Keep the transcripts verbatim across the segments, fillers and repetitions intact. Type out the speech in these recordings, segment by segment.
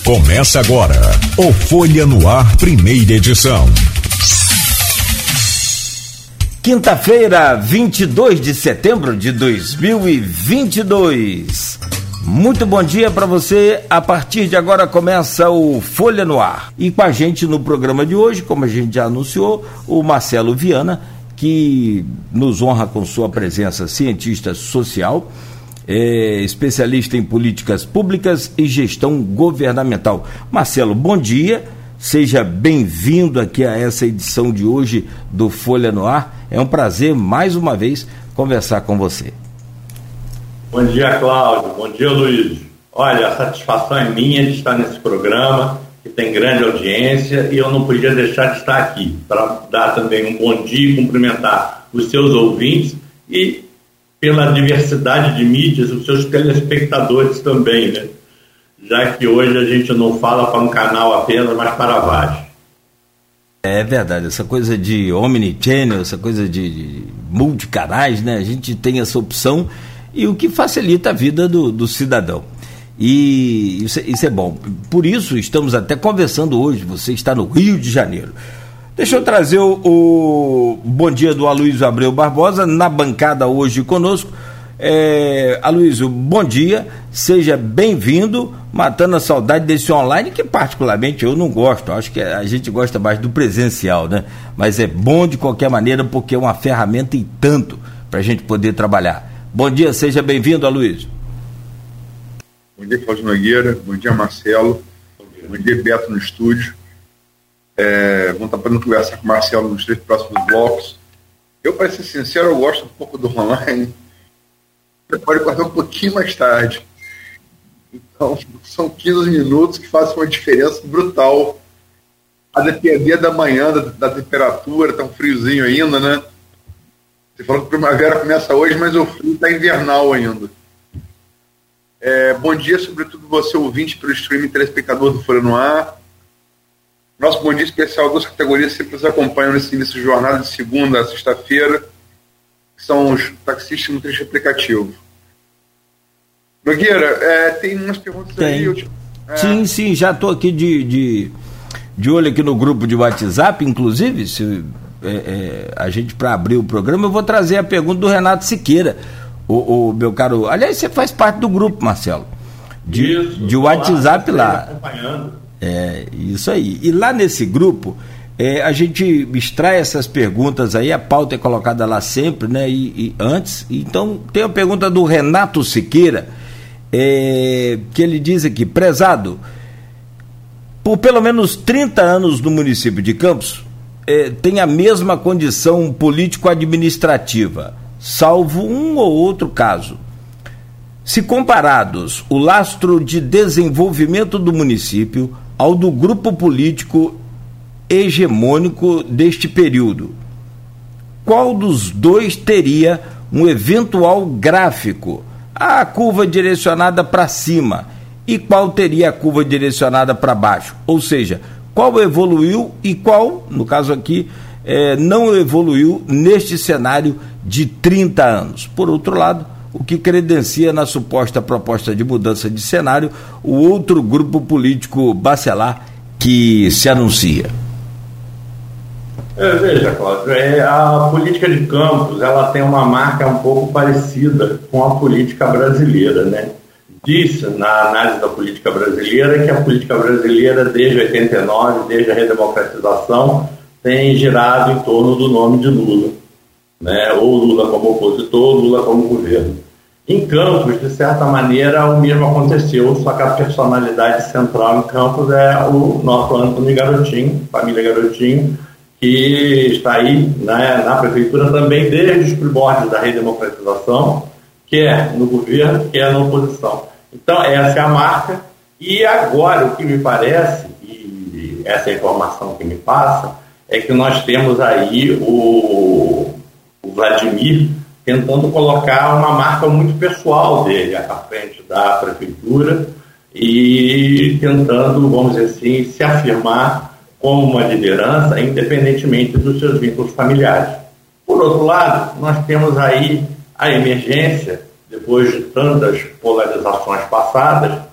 Começa agora o Folha no Ar, primeira edição. Quinta-feira, vinte e dois de setembro de dois mil e vinte e dois. Muito bom dia para você. A partir de agora começa o Folha no Ar. E com a gente no programa de hoje, como a gente já anunciou, o Marcelo Viana, que nos honra com sua presença, cientista social, é, especialista em políticas públicas e gestão governamental. Marcelo, bom dia, seja bem-vindo aqui a essa edição de hoje do Folha no Ar. É um prazer, mais uma vez, conversar com você. Bom dia, Cláudio. Bom dia, Luiz. Olha, a satisfação é minha de estar nesse programa, que tem grande audiência, e eu não podia deixar de estar aqui para dar também um bom dia e cumprimentar os seus ouvintes e, pela diversidade de mídias, os seus telespectadores também, né? Já que hoje a gente não fala para um canal apenas, mas para vários. É verdade, essa coisa de omnichannel, essa coisa de, de multicanais, né? A gente tem essa opção, e o que facilita a vida do, do cidadão. E isso, isso é bom. Por isso estamos até conversando hoje. Você está no Rio de Janeiro. Deixa eu trazer o, o bom dia do Aloysio Abreu Barbosa na bancada hoje conosco. É, Aloysio, bom dia, seja bem-vindo, matando a saudade desse online, que particularmente eu não gosto. Acho que a gente gosta mais do presencial, né? Mas é bom de qualquer maneira, porque é uma ferramenta e tanto para a gente poder trabalhar. Bom dia, seja bem-vindo, Aloysio. Bom dia, Cláudio Nogueira. Bom dia, Marcelo. Bom dia, Bom dia Beto, no estúdio. É, vamos estar podendo conversar com o Marcelo nos três próximos blocos. Eu, para ser sincero, eu gosto um pouco do online. Você pode acordar um pouquinho mais tarde. Então, são quinze minutos que fazem uma diferença brutal. A depender da manhã, da, da temperatura, está um friozinho ainda, né? Você falou que a primavera começa hoje, mas o frio está invernal ainda. É, bom dia, sobretudo você, ouvinte pelo streaming, telespectador do Folha no Ar. Nosso bom dia especial, duas categorias sempre nos acompanham nesse início de jornada de segunda a sexta-feira, que são os taxistas no trecho aplicativo. Nogueira, é, tem umas perguntas tem. aí. Eu te, é... Sim, sim, já estou aqui de, de, de olho aqui no grupo de WhatsApp, inclusive, se é, é, a gente, para abrir o programa, eu vou trazer a pergunta do Renato Siqueira. O, o meu caro, aliás, você faz parte do grupo, Marcelo, de, isso, de WhatsApp lá, lá. É, isso aí, e lá nesse grupo é, a gente extrai essas perguntas aí, a pauta é colocada lá sempre, né, e, e antes, então tem a pergunta do Renato Siqueira, é, que ele diz aqui: prezado, por pelo menos trinta anos no município de Campos, é, tem a mesma condição político-administrativa, salvo um ou outro caso. Se comparados o lastro de desenvolvimento do município ao do grupo político hegemônico deste período, qual dos dois teria um eventual gráfico, a curva direcionada para cima, e qual teria a curva direcionada para baixo? Ou seja, qual evoluiu e qual, no caso aqui, É, não evoluiu neste cenário de trinta anos. Por outro lado, o que credencia na suposta proposta de mudança de cenário o outro grupo político bacelar que se anuncia. É, veja, Cláudio, é, a política de Campos, ela tem uma marca um pouco parecida com a política brasileira, né? Diz na análise da política brasileira que a política brasileira, desde oitenta e nove, desde a redemocratização, tem girado em torno do nome de Lula, né? Ou Lula como opositor, Lula como governo. Em Campos, de certa maneira, o mesmo aconteceu, só que a personalidade central em Campos é o nosso Antônio Garotinho, família Garotinho, que está aí, né, na prefeitura também desde os primórdios da redemocratização, quer no governo, quer na oposição. Então, essa é a marca. E agora, o que me parece, e essa é a informação que me passa, é que nós temos aí o, o Vladimir tentando colocar uma marca muito pessoal dele à frente da prefeitura e tentando, vamos dizer assim, se afirmar como uma liderança, independentemente dos seus vínculos familiares. Por outro lado, nós temos aí a emergência, depois de tantas polarizações passadas,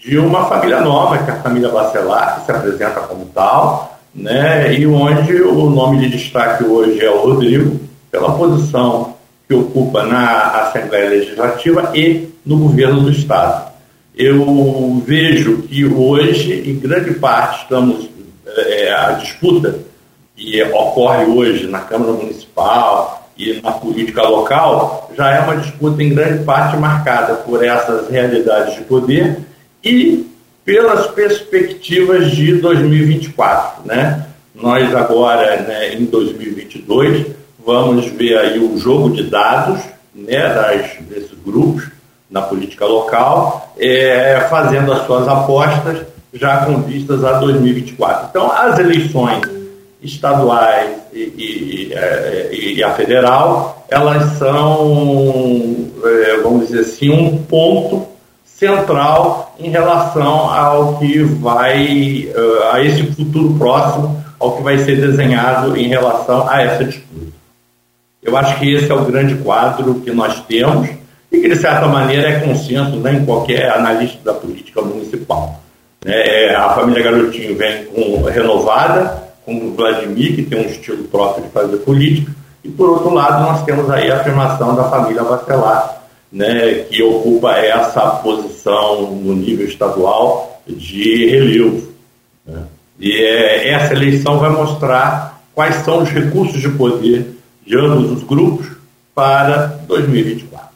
de uma família nova, que é a família Bacelar, que se apresenta como tal, né, e onde o nome de destaque hoje é o Rodrigo, pela posição que ocupa na Assembleia Legislativa e no governo do Estado. Eu vejo que hoje, em grande parte, estamos é, a disputa que ocorre hoje na Câmara Municipal e na política local já é uma disputa em grande parte marcada por essas realidades de poder e pelas perspectivas de dois mil e vinte e quatro, né? Nós agora, né, em dois mil e vinte e dois, vamos ver aí o jogo de dados, né, das, desses grupos na política local, é, fazendo as suas apostas já com vistas a dois mil e vinte e quatro. Então, as eleições estaduais e, e, e, e a federal, elas são, é, vamos dizer assim, um ponto central em relação ao que vai, a esse futuro próximo, ao que vai ser desenhado em relação a essa disputa. Eu acho que esse é o grande quadro que nós temos e que, de certa maneira, é consenso, né, em qualquer analista da política municipal. É, a família Garotinho vem com, renovada, com o Vladimir, que tem um estilo próprio de fazer política, e, por outro lado, nós temos aí a afirmação da família Bacelar, né, que ocupa essa posição no nível estadual de relevo. Né? E é, essa eleição vai mostrar quais são os recursos de poder de ambos os grupos para dois mil e vinte e quatro.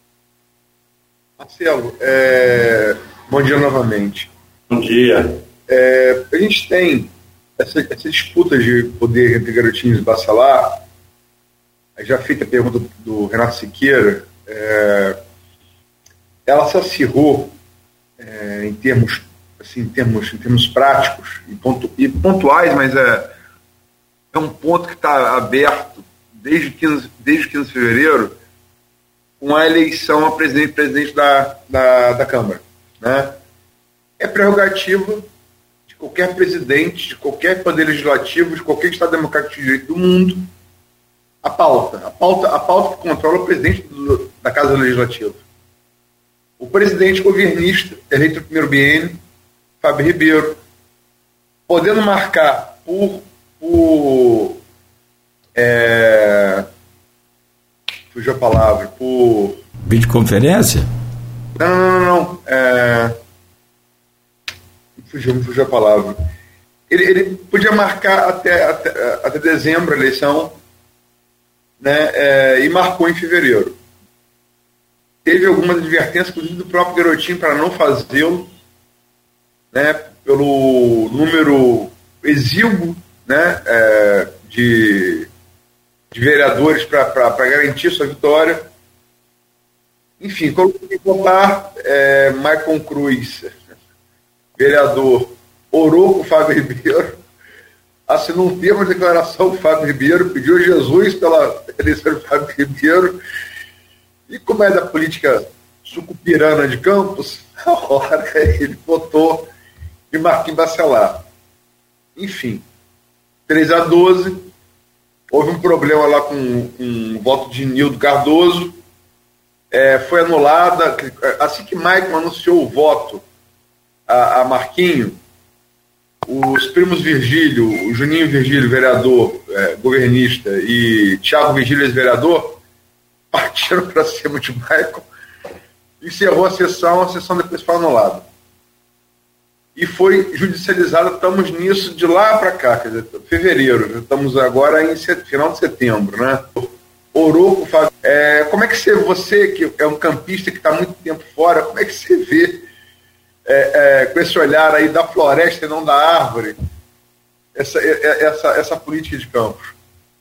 Marcelo, é... bom dia novamente. Bom dia. É... A gente tem essa, essa disputa de poder entre Garotinhos e Bacelar. Já feita a pergunta do Renato Siqueira, é... ela se acirrou é, em termos assim, em termos, em termos práticos e, pontu, e pontuais, mas é, é um ponto que está aberto desde quinze, desde quinze de fevereiro, com a eleição a presidente, presidente da, da, da Câmara. Né? É prerrogativa de qualquer presidente, de qualquer poder legislativo, de qualquer Estado democrático de direito do mundo, a pauta. A pauta, a pauta que controla o presidente do, da Casa Legislativa. O presidente governista, eleito no primeiro biênio, Fábio Ribeiro, podendo marcar por, por é, fugiu a palavra, por... Videoconferência? Não, não, não, não. É, fugiu, fugiu a palavra. Ele, ele podia marcar até, até, até dezembro a eleição, né, é, e marcou em fevereiro. Teve algumas advertências, inclusive do próprio Garotinho, para não fazê-lo, né, pelo número exíguo, né, é, de, de vereadores para garantir sua vitória. Enfim, colocou em votar é, Maicon Cruz, vereador, orou com o Fábio Ribeiro, assinou um termo de declaração com o Fábio Ribeiro, pediu a Jesus pela eleição do Fábio Ribeiro. E como é da política sucupirana de Campos, na hora ele votou em Marquinhos Bacelar. Enfim, três a doze, houve um problema lá com, com o voto de Nildo Cardoso, é, foi anulada. Assim que Maicon anunciou o voto a, a Marquinho, os primos Virgílio, o Juninho Virgílio, vereador, é, governista, e Thiago Virgílio, ex-vereador, partiram para cima de Maicon, encerrou a sessão, a sessão depois foi anulada. E foi judicializada, estamos nisso de lá para cá, quer dizer, fevereiro, estamos agora em set, final de setembro, né? Orou, é, como é que você, você, que é um campista que está muito tempo fora, como é que você vê, é, é, com esse olhar aí da floresta e não da árvore, essa, essa, essa política de Campos?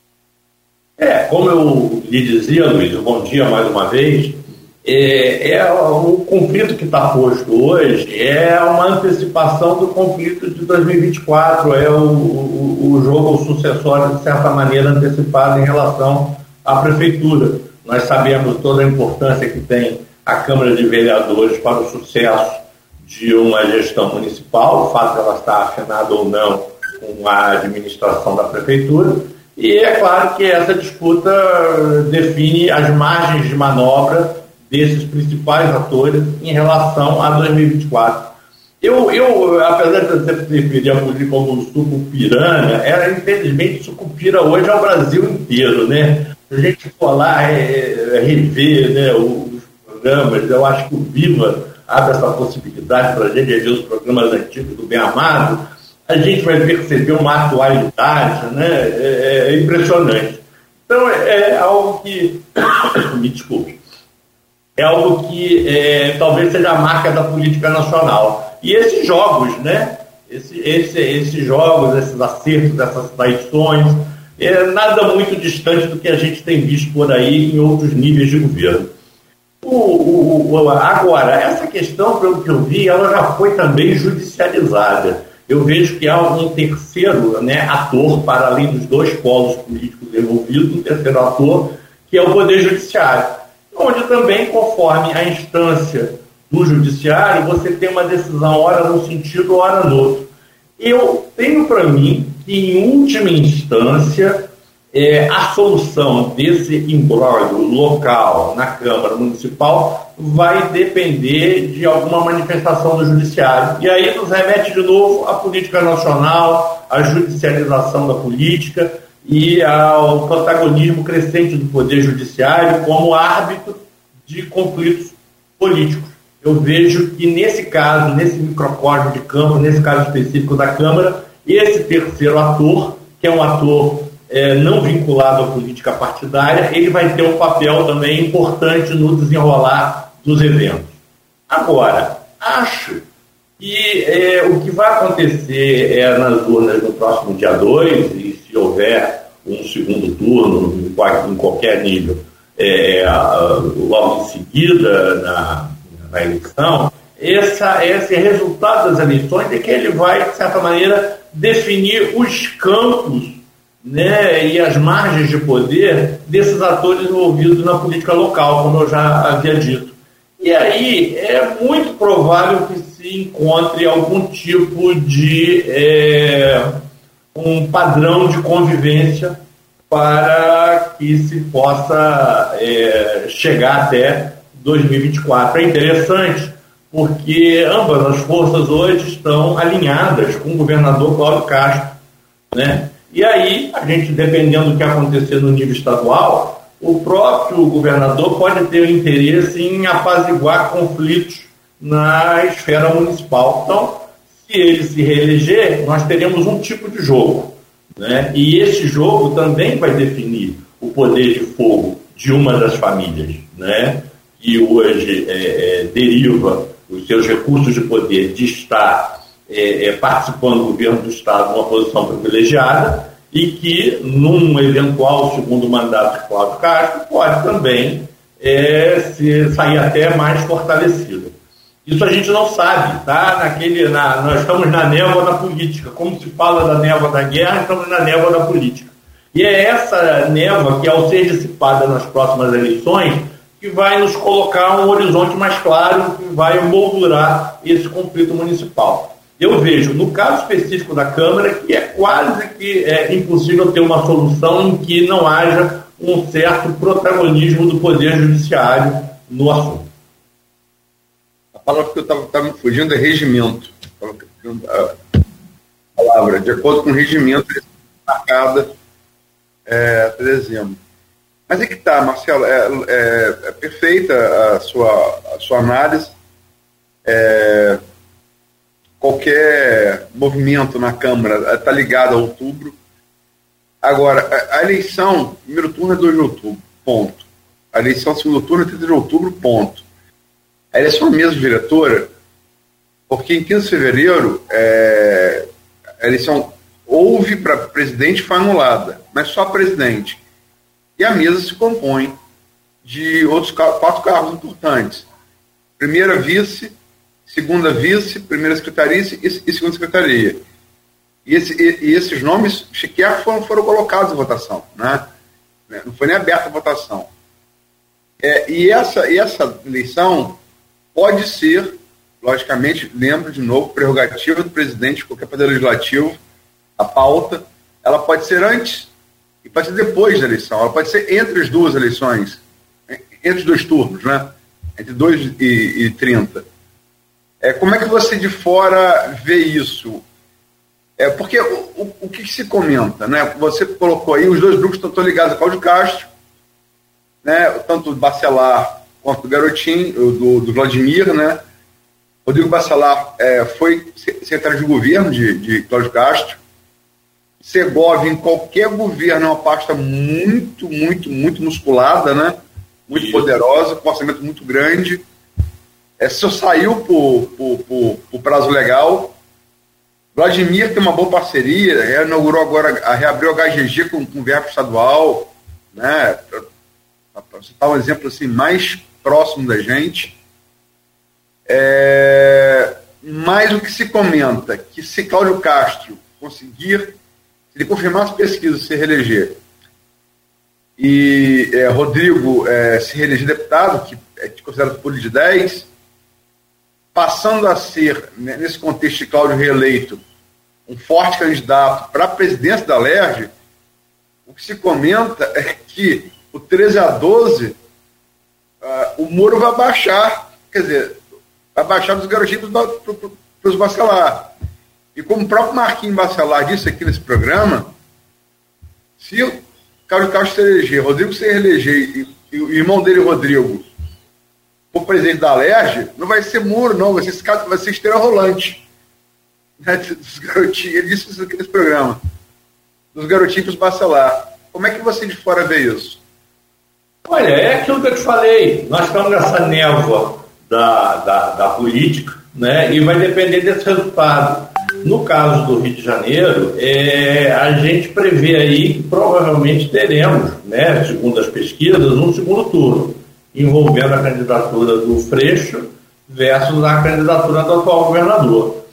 É, como eu lhe dizia, Luiz, bom dia mais uma vez, é, é o conflito que está posto hoje é uma antecipação do conflito de dois mil e vinte e quatro, é o, o, o jogo sucessório, de certa maneira, antecipado em relação à prefeitura. Nós sabemos toda a importância que tem a Câmara de Vereadores para o sucesso de uma gestão municipal, o fato de ela estar afinada ou não com a administração da prefeitura. E é claro que essa disputa define as margens de manobra desses principais atores em relação a dois mil e vinte e quatro. Eu, eu, apesar de eu sempre preferir a política como sucupirana, ela, infelizmente, sucupira hoje ao Brasil inteiro, né? Se a gente for lá é, é, rever, né, os programas, eu acho que o Viva abre essa possibilidade para a gente rever os programas antigos do Bem Amado, a gente vai perceber uma atualidade, né, é, é impressionante. Então, é, é algo que... me desculpe. É algo que é, talvez seja a marca da política nacional. E esses jogos, né? Esse, esse, esses jogos, esses acertos, essas traições, é nada muito distante do que a gente tem visto por aí em outros níveis de governo. O, o, o, agora, essa questão, pelo que eu vi, ela já foi também judicializada. Eu vejo que há um terceiro, né, ator, para além dos dois polos políticos envolvidos, um terceiro ator, que é o Poder Judiciário, onde também, conforme a instância do Judiciário, você tem uma decisão, ora num sentido, ora no outro. Eu tenho para mim que, em última instância, é, a solução desse imbróglio local na Câmara Municipal vai depender de alguma manifestação do Judiciário. E aí nos remete de novo à política nacional, à judicialização da política e ao protagonismo crescente do Poder Judiciário como árbitro de conflitos políticos. Eu vejo que nesse caso, nesse microcosmo de campo, nesse caso específico da Câmara, esse terceiro ator, que é um ator é, não vinculado à política partidária, ele vai ter um papel também importante no desenrolar dos eventos. Agora, acho que é, o que vai acontecer é, nas urnas no próximo dia dois, e se houver um segundo turno em qualquer nível, é, logo em seguida, na, na eleição, essa, esse resultado das eleições é que ele vai, de certa maneira, definir os campos, né, e as margens de poder desses atores envolvidos na política local, como eu já havia dito. E aí é muito provável que se encontre algum tipo de é, um padrão de convivência para que se possa é, chegar até dois mil e vinte e quatro. É interessante porque ambas as forças hoje estão alinhadas com o governador Cláudio Castro, né? E aí, a gente, dependendo do que acontecer no nível estadual, o próprio governador pode ter interesse em apaziguar conflitos na esfera municipal. Então, se ele se reeleger, nós teremos um tipo de jogo, né? E esse jogo também vai definir o poder de fogo de uma das famílias, né? Que hoje é, é, deriva os seus recursos de poder de estar é, é, participando do governo do Estado numa posição privilegiada e que, num eventual segundo mandato de Cláudio Castro, pode também é, se sair até mais fortalecida. Isso a gente não sabe, tá? Naquele, na, nós estamos na névoa da política. Como se fala da névoa da guerra, estamos na névoa da política. E é essa névoa que, ao ser dissipada nas próximas eleições, que vai nos colocar um horizonte mais claro, que vai moldurar esse conflito municipal. Eu vejo, no caso específico da Câmara, que é quase que é impossível ter uma solução em que não haja um certo protagonismo do Poder Judiciário no assunto. A palavra que eu estava me fugindo é regimento. A palavra, de acordo com o regimento, marcada é, até dezembro. Mas é que tá, Marcelo, é, é, é perfeita a sua, a sua análise. É, qualquer movimento na Câmara está ligado a outubro. Agora, a, a eleição, primeiro turno é dois de outubro, ponto. A eleição segundo turno é trinta de outubro, ponto. A eleição da mesa diretora, porque em quinze de fevereiro, é, a eleição houve para presidente foi anulada, mas só presidente. E a mesa se compõe de outros quatro cargos importantes. Primeira vice, segunda vice, primeira secretaria e segunda secretaria. E, esse, e, e esses nomes sequer foram, foram colocados em votação, né? Não foi nem aberta a votação. É, e, essa, e essa eleição pode ser, logicamente, lembro de novo, prerrogativa do presidente de qualquer poder legislativo, a pauta, ela pode ser antes e pode ser depois da eleição, ela pode ser entre as duas eleições, entre os dois turnos, né? Entre dois e trinta. É, como é que você de fora vê isso? É, porque o, o, o que se comenta, né? Você colocou aí, os dois grupos estão ligados a Cláudio Castro, né? Tanto o Bacelar quanto do Garotinho, do, do Vladimir, né? Rodrigo Bacelar é, foi secretário de governo de, de Cláudio Castro. Segovia, em qualquer governo, é uma pasta muito, muito, muito musculada, né? Muito poderosa, com um orçamento muito grande. É, só saiu por, por, por, por prazo legal. Vladimir tem uma boa parceria, reinaugurou agora, reabriu o H G G com, com verbo estadual, né? Para citar um exemplo assim, mais próximo da gente. É, mas o que se comenta, que se Cláudio Castro conseguir, se ele confirmar as pesquisas, se reeleger, e é, Rodrigo é, se reeleger deputado, que é considerado por de dez, passando a ser, né, nesse contexto de Cláudio reeleito, um forte candidato para a presidência da Alerj, o que se comenta é que o treze a doze, uh, o muro vai baixar, quer dizer, vai baixar dos garotinhos para os Bacelar. E como o próprio Marquinhos Bacelar disse aqui nesse programa, se o Cláudio Castro se eleger, Rodrigo se reeleger e, e o irmão dele, Rodrigo, o presidente da Alerj, não vai ser muro, não, vai ser, vai ser esteira rolante. Né, dos garotinhos, ele disse isso aqui nesse programa. Dos garotinhos para os Bacelar. Como é que você de fora vê isso? Olha, é aquilo que eu te falei. Nós estamos nessa névoa da, da, da política, né, e vai depender desse resultado. No caso do Rio de Janeiro, é, a gente prevê aí que provavelmente teremos, né, segundo as pesquisas, um segundo turno, envolvendo a candidatura do Freixo versus a candidatura do atual governador.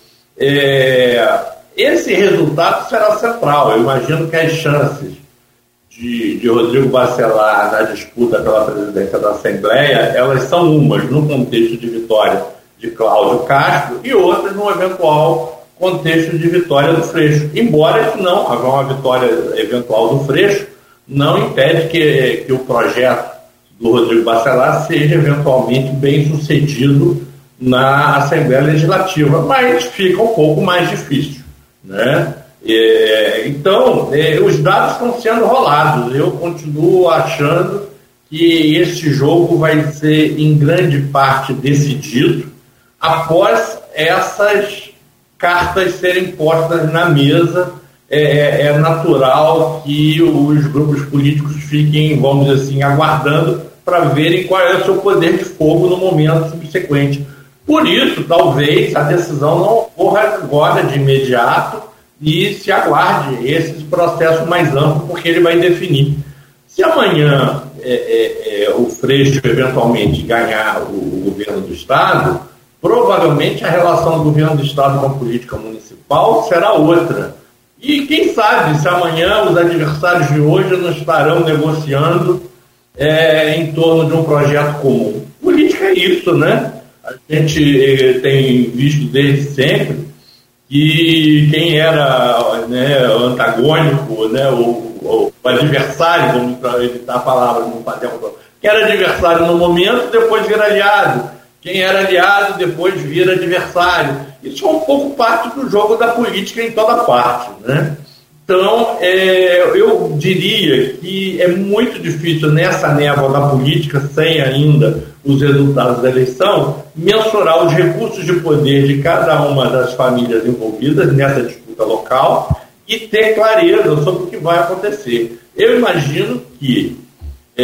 É, esse resultado será central. Eu imagino que as chances de, de Rodrigo Bacelar na disputa pela presidência da Assembleia, elas são umas no contexto de vitória de Cláudio Castro e outras no eventual contexto de vitória do Freixo. Embora que não haja uma vitória eventual do Freixo, não impede que, que o projeto do Rodrigo Bacelar seja eventualmente bem sucedido na Assembleia Legislativa, mas fica um pouco mais difícil, né? É, então, é, os dados estão sendo rolados. Eu continuo achando que esse jogo vai ser em grande parte decidido após essas cartas serem postas na mesa. É, é natural que os grupos políticos fiquem, vamos dizer assim, aguardando para verem qual é o seu poder de fogo no momento subsequente. Por isso, talvez a decisão não ocorra agora de imediato e se aguarde esse processo mais amplo, porque ele vai definir. Se amanhã é, é, é, o Freixo eventualmente ganhar o, o governo do Estado, provavelmente a relação do governo do Estado com a política municipal será outra. E quem sabe se amanhã os adversários de hoje não estarão negociando é, em torno de um projeto comum. Política é isso, né? A gente tem visto desde sempre que quem era, né, antagônico, né, o, o adversário, vamos evitar a palavra, não fazer um... quem era adversário no momento, depois vira aliado. Quem era aliado, depois vira adversário. Isso é um pouco parte do jogo da política em toda parte, né? Então, é, eu diria que é muito difícil nessa névoa da política, sem ainda os resultados da eleição, mensurar os recursos de poder de cada uma das famílias envolvidas nessa disputa local e ter clareza sobre o que vai acontecer. Eu imagino que é,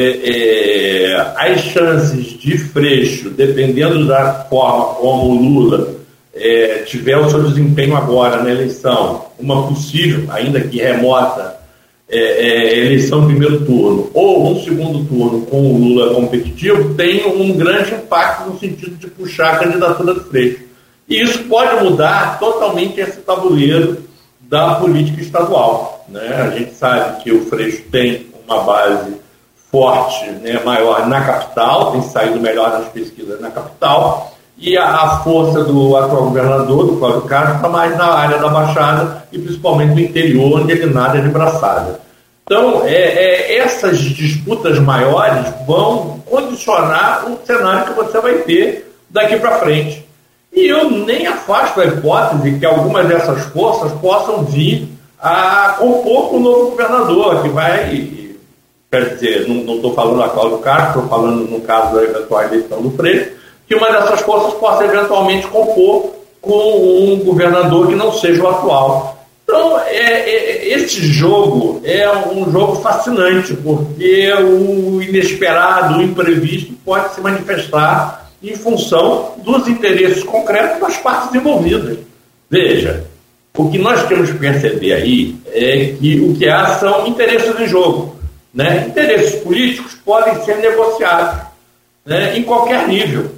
é, as chances de Freixo, dependendo da forma como o Lula É, tiver o seu desempenho agora na eleição, uma possível, ainda que remota, é, é, eleição em primeiro turno, ou um segundo turno com o Lula competitivo, tem um grande impacto no sentido de puxar a candidatura do Freixo. E isso pode mudar totalmente esse tabuleiro da política estadual, né? A gente sabe que o Freixo tem uma base forte, né, maior na capital, tem saído melhor nas pesquisas na capital, e a, a força do atual governador, do Cláudio Castro, está mais na área da Baixada e principalmente no interior, onde ele nada de braçada. Então, é, é, essas disputas maiores vão condicionar o cenário que você vai ter daqui para frente. E eu nem afasto a hipótese que algumas dessas forças possam vir a compor com o novo governador, que vai, quer dizer, não estou falando da Cláudio Castro, estou falando no caso da eventual eleição do Freixo, que uma dessas forças possa eventualmente compor com um governador que não seja o atual. Então, é, é, esse jogo é um jogo fascinante, porque o inesperado, o imprevisto pode se manifestar em função dos interesses concretos das partes envolvidas. Veja, o que nós temos que perceber aí é que o que há são interesses em jogo, né? Interesses políticos podem ser negociados, né, em qualquer nível.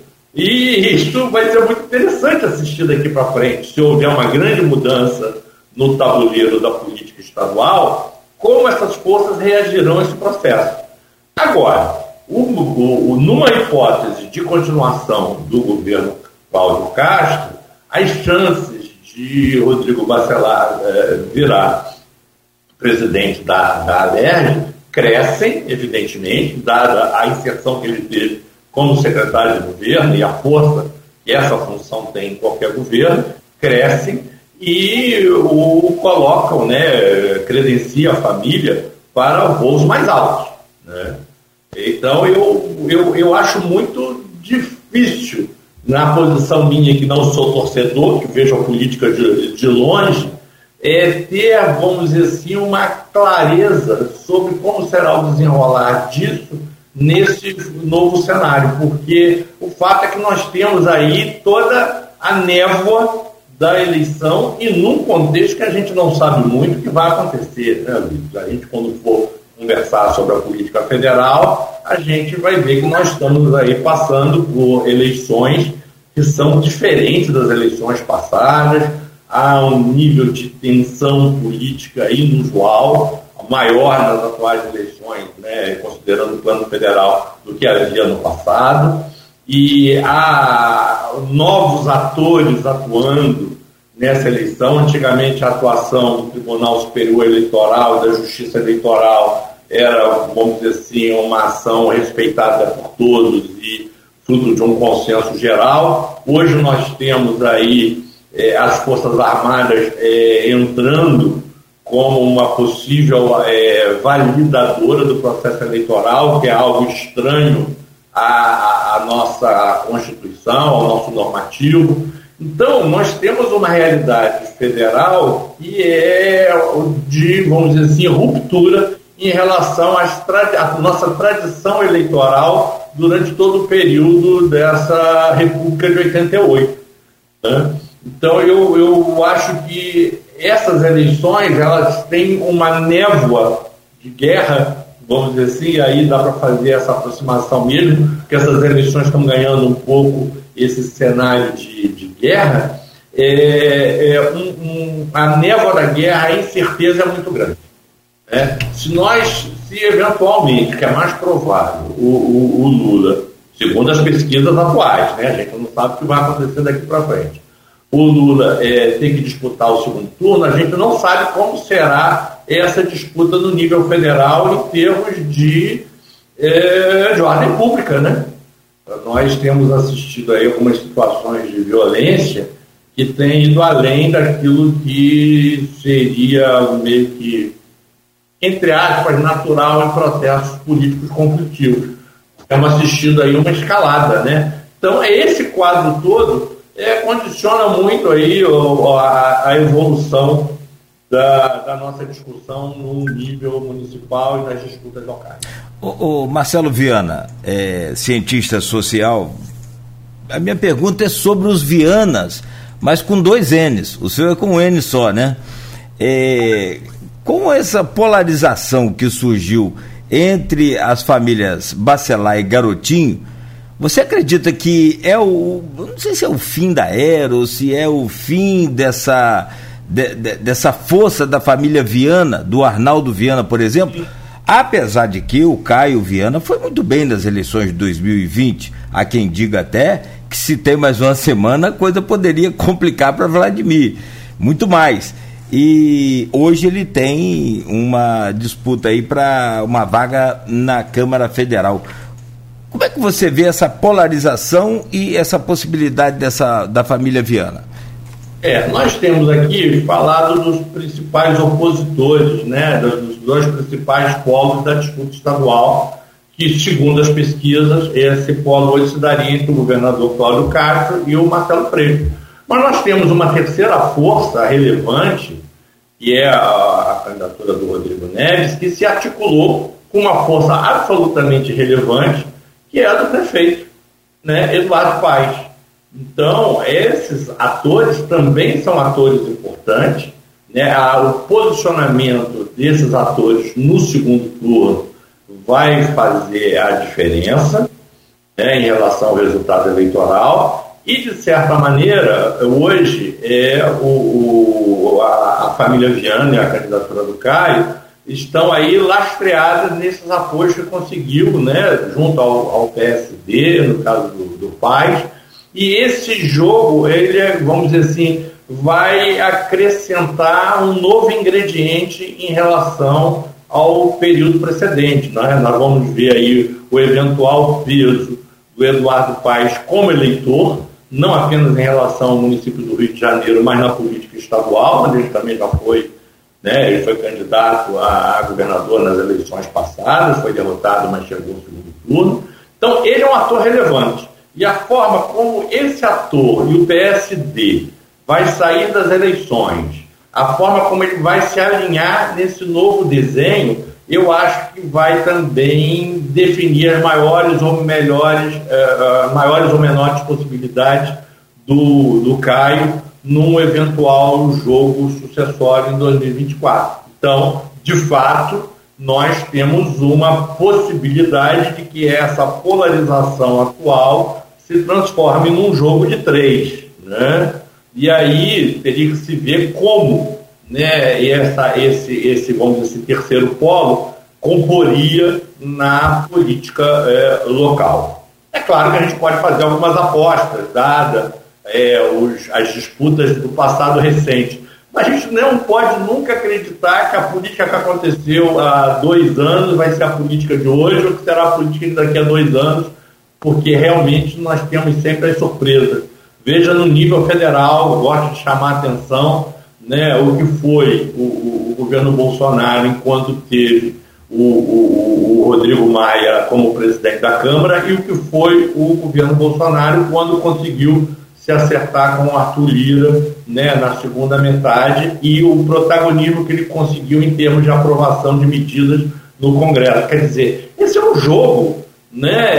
E isso vai ser muito interessante assistir daqui para frente, se houver uma grande mudança no tabuleiro da política estadual, como essas forças reagirão a esse processo. Agora, o, o, o, numa hipótese de continuação do governo Cláudio Castro, as chances de Rodrigo Bacelar eh, virar presidente da, da Alerj crescem, evidentemente, dada a inserção que ele teve como secretário de governo e a força que essa função tem em qualquer governo, crescem e o colocam, né, credencia a família para voos mais altos, né? Então eu, eu, eu acho muito difícil, na posição minha que não sou torcedor, que vejo a política de, de longe, é ter, vamos dizer assim, uma clareza sobre como será o desenrolar disso nesse novo cenário, porque o fato é que nós temos aí toda a névoa da eleição e num contexto que a gente não sabe muito o que vai acontecer, né, Luiz? A gente, quando for conversar sobre a política federal, a gente vai ver que nós estamos aí passando por eleições que são diferentes das eleições passadas, há um nível de tensão política inusual, maior nas atuais eleições, né, considerando o plano federal, do que havia no passado, e há novos atores atuando nessa eleição. Antigamente a atuação do Tribunal Superior Eleitoral, da Justiça Eleitoral, era, vamos dizer assim, uma ação respeitada por todos e fruto de um consenso geral. Hoje nós temos aí eh, as Forças Armadas eh, entrando como uma possível é, validadora do processo eleitoral, que é algo estranho à, à nossa Constituição, ao nosso normativo. Então, nós temos uma realidade federal que é de, vamos dizer assim, ruptura em relação às tradi- à nossa tradição eleitoral durante todo o período dessa República de oitenta e oito. Né? Então, eu, eu acho que essas eleições, elas têm uma névoa de guerra, vamos dizer assim, aí dá para fazer essa aproximação mesmo, porque essas eleições estão ganhando um pouco esse cenário de, de guerra. É, é um, um, a névoa da guerra, a incerteza é muito grande. Né? Se nós, se eventualmente, que é mais provável, o, o, o Lula, segundo as pesquisas atuais, né? A gente não sabe o que vai acontecer daqui para frente, o Lula é, tem que disputar o segundo turno, a gente não sabe como será essa disputa no nível federal em termos de, é, de ordem pública, né? Nós temos assistido aí algumas situações de violência que têm ido além daquilo que seria meio que, entre aspas, natural em processos políticos conflitivos. Estamos assistindo aí uma escalada, né? Então, esse quadro todo É, condiciona muito aí o, a, a evolução da, da nossa discussão no nível municipal e das disputas locais. O, o Marcelo Viana, é, cientista social, a minha pergunta é sobre os Vianas, mas com dois N's. O seu é com um N só, né? É, com essa polarização que surgiu entre as famílias Bacelar e Garotinho, você acredita que é o, não sei se é o fim da era ou se é o fim dessa, de, de, dessa força da família Viana, do Arnaldo Viana, por exemplo? Apesar de que o Caio Viana foi muito bem nas eleições de dois mil e vinte, há quem diga até que se tem mais uma semana a coisa poderia complicar para Vladimir, muito mais. E hoje ele tem uma disputa aí para uma vaga na Câmara Federal. Como é que você vê essa polarização e essa possibilidade dessa, da família Viana? É, nós temos aqui falado dos principais opositores, né, dos dois principais polos da disputa estadual, que, segundo as pesquisas, esse polo hoje se daria entre o governador Cláudio Castro e o Marcelo Freixo. Mas nós temos uma terceira força relevante, que é a, a candidatura do Rodrigo Neves, que se articulou com uma força absolutamente relevante, que é a do prefeito, né, Eduardo Paes. Então, esses atores também são atores importantes, né? O posicionamento desses atores no segundo turno vai fazer a diferença, né, em relação ao resultado eleitoral e, de certa maneira, hoje é o, o, a, a família Viana e a candidatura do Caio estão aí lastreadas nesses apoios que conseguiu, né, junto ao, ao P S D, no caso do, do Paes, e esse jogo, ele, vamos dizer assim, vai acrescentar um novo ingrediente em relação ao período precedente, né? Nós vamos ver aí o eventual peso do Eduardo Paes como eleitor, não apenas em relação ao município do Rio de Janeiro, mas na política estadual, onde ele também já foi, né, ele foi candidato a governador nas eleições passadas, foi derrotado, mas chegou no segundo turno. Então, ele é um ator relevante. E a forma como esse ator e o P S D vai sair das eleições, a forma como ele vai se alinhar nesse novo desenho, eu acho que vai também definir as maiores ou melhores, uh, uh, maiores ou menores possibilidades do, do Caio num eventual jogo sucessório em dois mil e vinte e quatro. Então, de fato, nós temos uma possibilidade de que essa polarização atual se transforme num jogo de três, né? E aí teria que se ver como, né, essa, esse, esse, vamos dizer, esse terceiro polo comporia na política é, local. É claro que a gente pode fazer algumas apostas, dada é, os, as disputas do passado recente, mas a gente não pode nunca acreditar que a política que aconteceu há dois anos vai ser a política de hoje ou que será a política de daqui a dois anos, porque realmente nós temos sempre as surpresas. Veja no nível federal, eu gosto de chamar a atenção, né, o que foi o, o, o governo Bolsonaro enquanto teve o, o, o Rodrigo Maia como presidente da Câmara e o que foi o governo Bolsonaro quando conseguiu se acertar com o Arthur Lira, né, na segunda metade, e o protagonismo que ele conseguiu em termos de aprovação de medidas no Congresso. Quer dizer, esse é um jogo, né,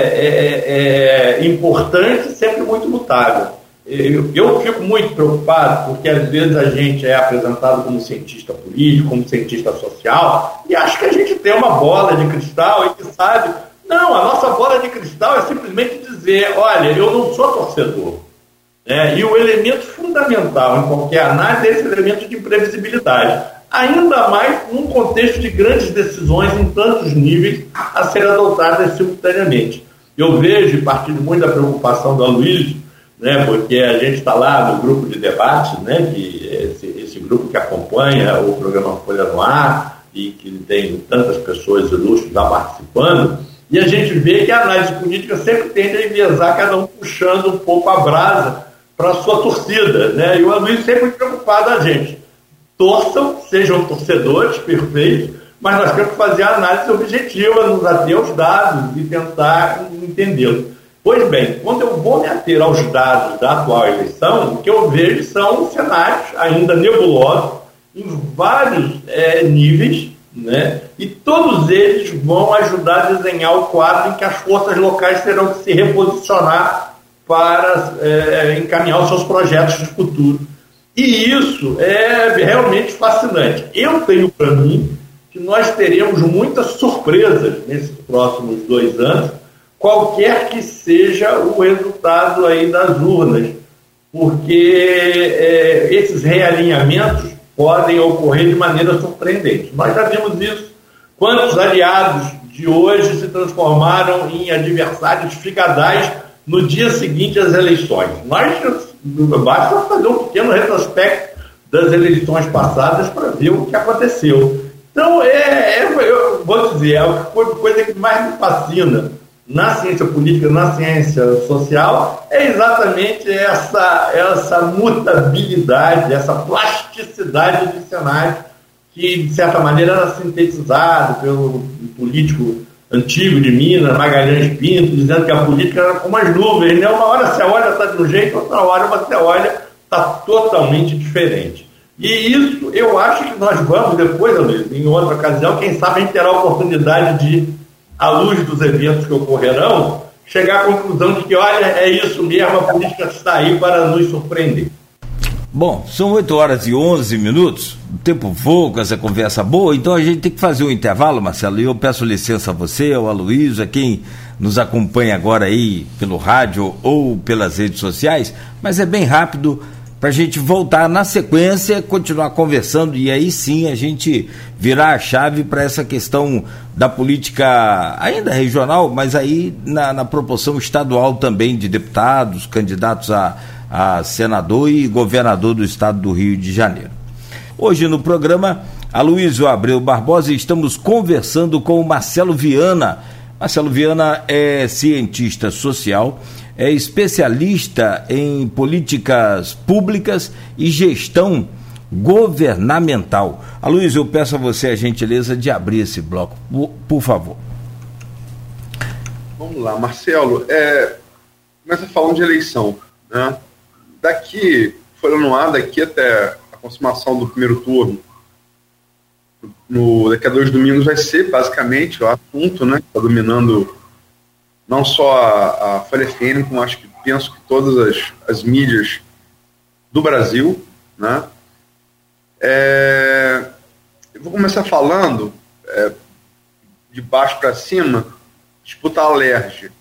é, é, importante, sempre muito mutável. Eu, eu fico muito preocupado porque às vezes a gente é apresentado como cientista político, como cientista social, e acho que a gente tem uma bola de cristal e que sabe, não, a nossa bola de cristal é simplesmente dizer, olha, eu não sou torcedor. É, e o elemento fundamental em qualquer análise é esse elemento de imprevisibilidade. Ainda mais num contexto de grandes decisões em tantos níveis a serem adotadas simultaneamente. Eu vejo, e partilho muito da preocupação do Aloysio, né, porque a gente está lá no grupo de debate, né, que esse, esse grupo que acompanha o programa Folha no Ar e que tem tantas pessoas ilustres lá participando, e a gente vê que a análise política sempre tende a enviesar, cada um puxando um pouco a brasa para a sua torcida, né? E o Aloysio sempre muito preocupado a gente. Torçam, sejam torcedores, perfeito, mas nós temos que fazer a análise objetiva, nos ater aos dados e tentar entendê-los. Pois bem, quando eu vou me ater aos dados da atual eleição, o que eu vejo são cenários ainda nebulosos, em vários é, níveis, né? E todos eles vão ajudar a desenhar o quadro em que as forças locais terão que se reposicionar para é, encaminhar os seus projetos de futuro. E isso é realmente fascinante. Eu tenho para mim que nós teremos muitas surpresas nesses próximos dois anos, qualquer que seja o resultado aí das urnas, porque é, esses realinhamentos podem ocorrer de maneira surpreendente. Nós já vimos isso. Quantos aliados de hoje se transformaram em adversários ficadais no dia seguinte às eleições? Nós basta fazer um pequeno retrospecto das eleições passadas para ver o que aconteceu. Então, é, é, eu vou dizer, é a coisa que mais me fascina na ciência política, na ciência social, é exatamente essa, essa mutabilidade, essa plasticidade de cenário que, de certa maneira, era sintetizado pelo político antigo de Minas, Magalhães Pinto, dizendo que a política era como as nuvens, né? Uma hora você olha, está de um jeito, outra hora você olha, está totalmente diferente. E isso, eu acho que nós vamos depois, Luiz, em outra ocasião, quem sabe a gente terá a oportunidade de, à luz dos eventos que ocorrerão, chegar à conclusão de que, olha, é isso mesmo, a política está aí para nos surpreender. Bom, são oito horas e onze minutos, o tempo voa com essa conversa boa, então a gente tem que fazer um intervalo, Marcelo, e eu peço licença a você, ao Aloysio, a quem nos acompanha agora aí pelo rádio ou pelas redes sociais, mas é bem rápido, para a gente voltar na sequência, continuar conversando e aí sim a gente virar a chave para essa questão da política ainda regional, mas aí na, na proporção estadual também de deputados, candidatos a, a senador e governador do estado do Rio de Janeiro. Hoje no programa, Aloysio Abreu Barbosa, estamos conversando com o Marcelo Viana. Marcelo Viana é cientista social, é especialista em políticas públicas e gestão governamental. Aloysio, eu peço a você a gentileza de abrir esse bloco, por, por favor. Vamos lá, Marcelo. É, começa falando de eleição, né? Daqui, foi no ar, daqui até a consumação do primeiro turno, no, daqui a dois domingos vai ser basicamente o assunto, né, que está dominando não só a, a Folha F M, como acho que penso que todas as, as mídias do Brasil, né? É, eu vou começar falando é, de baixo para cima, disputa a Alerj.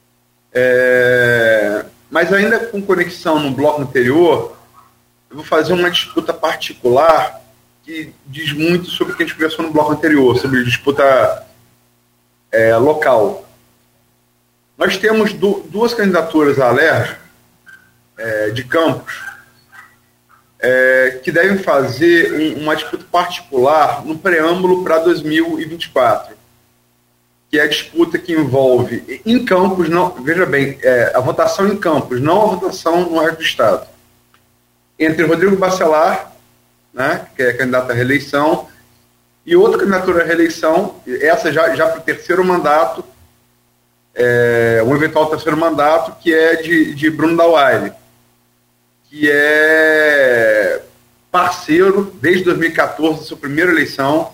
É, mas ainda com conexão no bloco anterior, eu vou fazer uma disputa particular que diz muito sobre o que a gente conversou no bloco anterior, sobre disputa é, local. Nós temos du- duas candidaturas à Alerj, é, de Campos, é, que devem fazer um, uma disputa particular no preâmbulo para dois mil e vinte e quatro, que é a disputa que envolve, em Campos, não, veja bem, é, a votação em Campos, não a votação no resto do Estado, entre Rodrigo Bacelar, né, que é candidato à reeleição, e outra candidatura à reeleição, essa já, já para o terceiro mandato, é, um eventual terceiro mandato, que é de, de Bruno Dauaire, que é parceiro, desde dois mil e catorze, sua primeira eleição,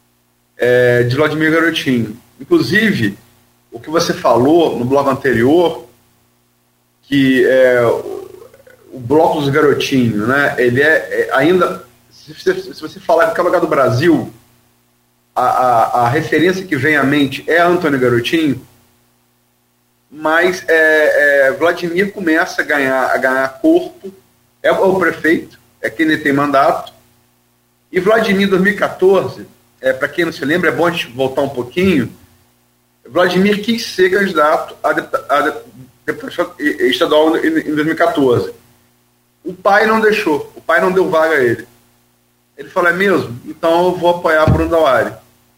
é, de Vladimir Garotinho. Inclusive, o que você falou no bloco anterior, que é, o, o bloco dos Garotinho, né, ele é, é ainda, se você, se você falar em qualquer lugar do Brasil, a, a, a referência que vem à mente é Antônio Garotinho, mas é, é, Vladimir começa a ganhar, a ganhar corpo, é o prefeito, é quem ele tem mandato, e Vladimir, em dois mil e catorze, é, para quem não se lembra, é bom a gente voltar um pouquinho, Vladimir quis ser candidato a deputado estadual em dois mil e catorze. O pai não deixou, o pai não deu vaga a ele. Ele falou, é mesmo? Então eu vou apoiar Bruno Dauaire.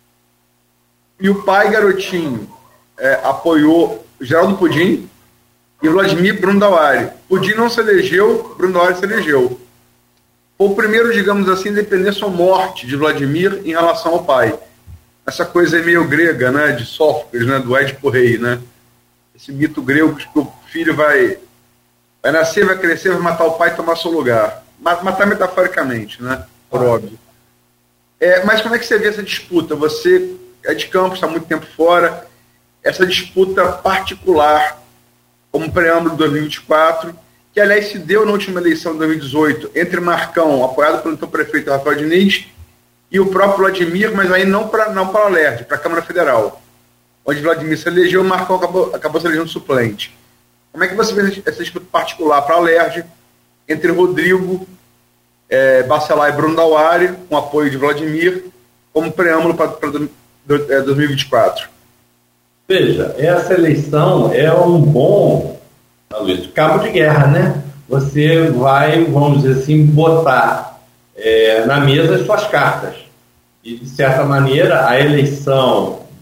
E o pai, Garotinho, é, apoiou Geraldo Pudim e Vladimir Bruno Dauaire. Pudim não se elegeu, Bruno Dauaire se elegeu. Foi o primeiro, digamos assim, independência ou morte de Vladimir em relação ao pai. Essa coisa é meio grega, né, de Sófocles, né, do Édipo Rei, né? Esse mito grego que o filho vai, vai nascer, vai crescer, vai matar o pai e tomar seu lugar. Matar metaforicamente, né, por óbvio. É, mas como é que você vê essa disputa? Você é de Campos, está há muito tempo fora, essa disputa particular, como preâmbulo de dois mil e vinte e quatro, que aliás se deu na última eleição de dois mil e dezoito, entre Marcão, apoiado pelo então prefeito Rafael Diniz, e o próprio Vladimir, mas aí não para não para a Alerj, para a Câmara Federal, onde Vladimir se elegeu, Marcão acabou, acabou se elegendo suplente. Como é que você vê essa disputa particular para a Alerj, entre Rodrigo, é, Bacelar e Bruno Dauaire, com apoio de Vladimir, como preâmbulo para, para dois mil e vinte e quatro? Veja, essa eleição é um bom, Luiz, cabo de guerra, né? Você vai, vamos dizer assim, botar é, na mesa as suas cartas. E, de certa maneira, a eleição de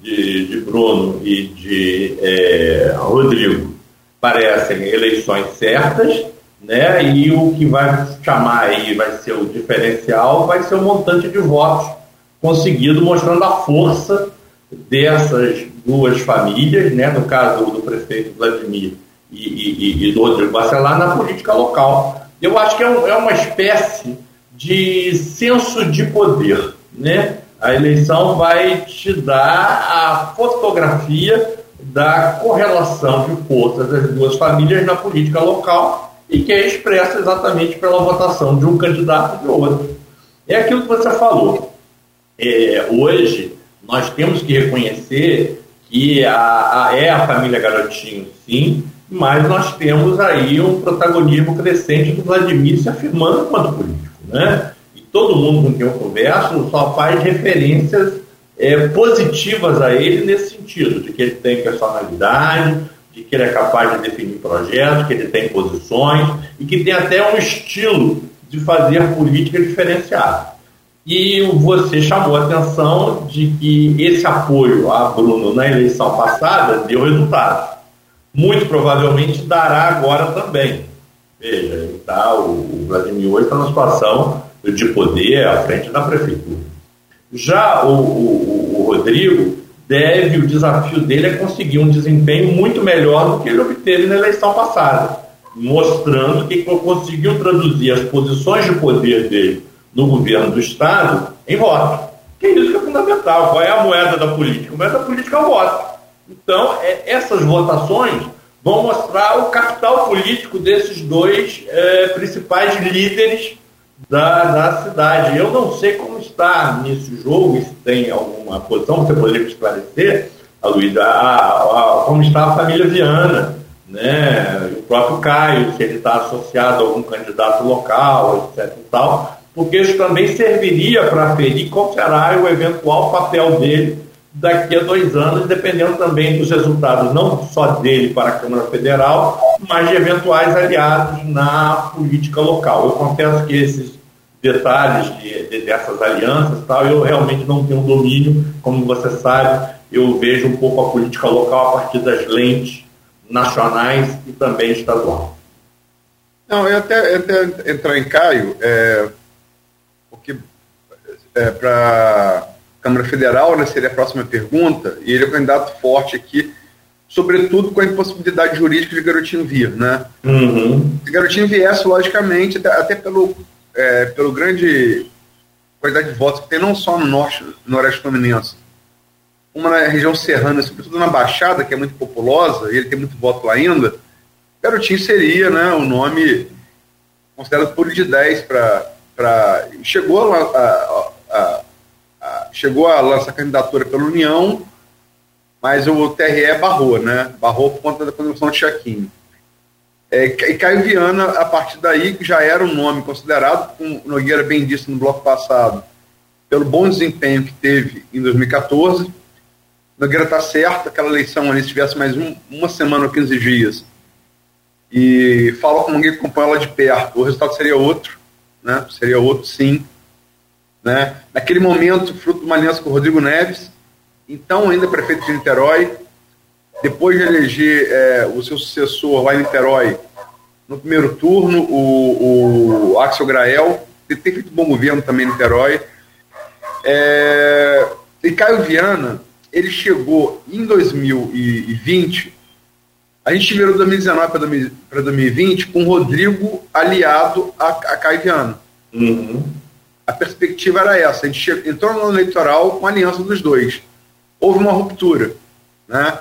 de, de Bruno e de é, Rodrigo parecem eleições certas, né? E o que vai chamar aí, vai ser o diferencial, vai ser o montante de votos conseguido, mostrando a força dessas duas famílias, né? No caso do prefeito Vladimir e, e, e do Rodrigo Bacelar, na política local. Eu acho que é, um, é uma espécie de senso de poder, né? A eleição vai te dar a fotografia da correlação de forças das duas famílias na política local e que é expressa exatamente pela votação de um candidato e de outro. É aquilo que você falou. É, hoje, nós temos que reconhecer que a, a, é a família Garotinho, sim, mas nós temos aí um protagonismo crescente do Vladimir se afirmando enquanto político, né? E todo mundo com quem eu converso só faz referências é, positivas a ele nesse sentido, de que ele tem personalidade, de que ele é capaz de definir projetos, que ele tem posições e que tem até um estilo de fazer política diferenciada. E você chamou a atenção de que esse apoio a Bruno na eleição passada deu resultado. Muito provavelmente dará agora também. Veja, tá, o Vladimir hoje está numa situação de poder à frente da prefeitura. Já o, o, o Rodrigo deve, o desafio dele é conseguir um desempenho muito melhor do que ele obteve na eleição passada, mostrando que conseguiu traduzir as posições de poder dele no governo do Estado em voto. Que é isso que é fundamental. Qual é a moeda da política? A moeda da política é o voto. Então, é, essas votações vão mostrar o capital político desses dois é, principais líderes da, da cidade. Eu não sei como está nesse jogo, se tem alguma posição, você poderia esclarecer, Aloysio, a, a, a, como está a família Viana, né? O próprio Caio, se ele está associado a algum candidato local, etc e tal, porque isso também serviria para aferir qual será o eventual papel dele daqui a dois anos, dependendo também dos resultados, não só dele para a Câmara Federal, mas de eventuais aliados na política local. Eu confesso que esses detalhes de, de, dessas alianças, tal, eu realmente não tenho domínio, como você sabe, eu vejo um pouco a política local a partir das lentes nacionais e também estadual. Não, eu até, até entrar em Caio, é, porque é, para Câmara Federal, né, seria a próxima pergunta, e ele é um candidato forte aqui, sobretudo com a impossibilidade jurídica de Garotinho vir, né? Uhum. Se Garotinho viesse, logicamente, até, até pelo, é, pelo grande quantidade de votos que tem, não só no norte, no noroeste fluminense, uma na região serrana, sobretudo na Baixada, que é muito populosa, e ele tem muito voto lá ainda, Garotinho seria, né, o nome considerado puro de dez para... Chegou a, a, a, a, chegou a lançar candidatura pela União, mas o T R E barrou, né? Barrou por conta da condenação de Chaquinho. É, e Caio Viana, a partir daí, que já era um nome considerado, como o Nogueira bem disse no bloco passado, pelo bom desempenho que teve em dois mil e catorze. Nogueira está certo, aquela eleição ali, se tivesse mais um, uma semana ou quinze dias, e fala com alguém que acompanha ela de perto, o resultado seria outro, né? Seria outro, sim. Né? Naquele momento, fruto de uma aliança com o Rodrigo Neves, então ainda prefeito de Niterói, depois de eleger é, o seu sucessor lá em Niterói, no primeiro turno, o, o Axel Grael, ele tem feito bom governo também em Niterói. É, e Caio Viana, ele chegou em dois mil e vinte, a gente virou dois mil e dezenove para dois mil e vinte com o Rodrigo aliado a, a Caio Viana. Uhum. A perspectiva era essa, a gente chegou, entrou no ano eleitoral com a aliança dos dois. Houve uma ruptura, né?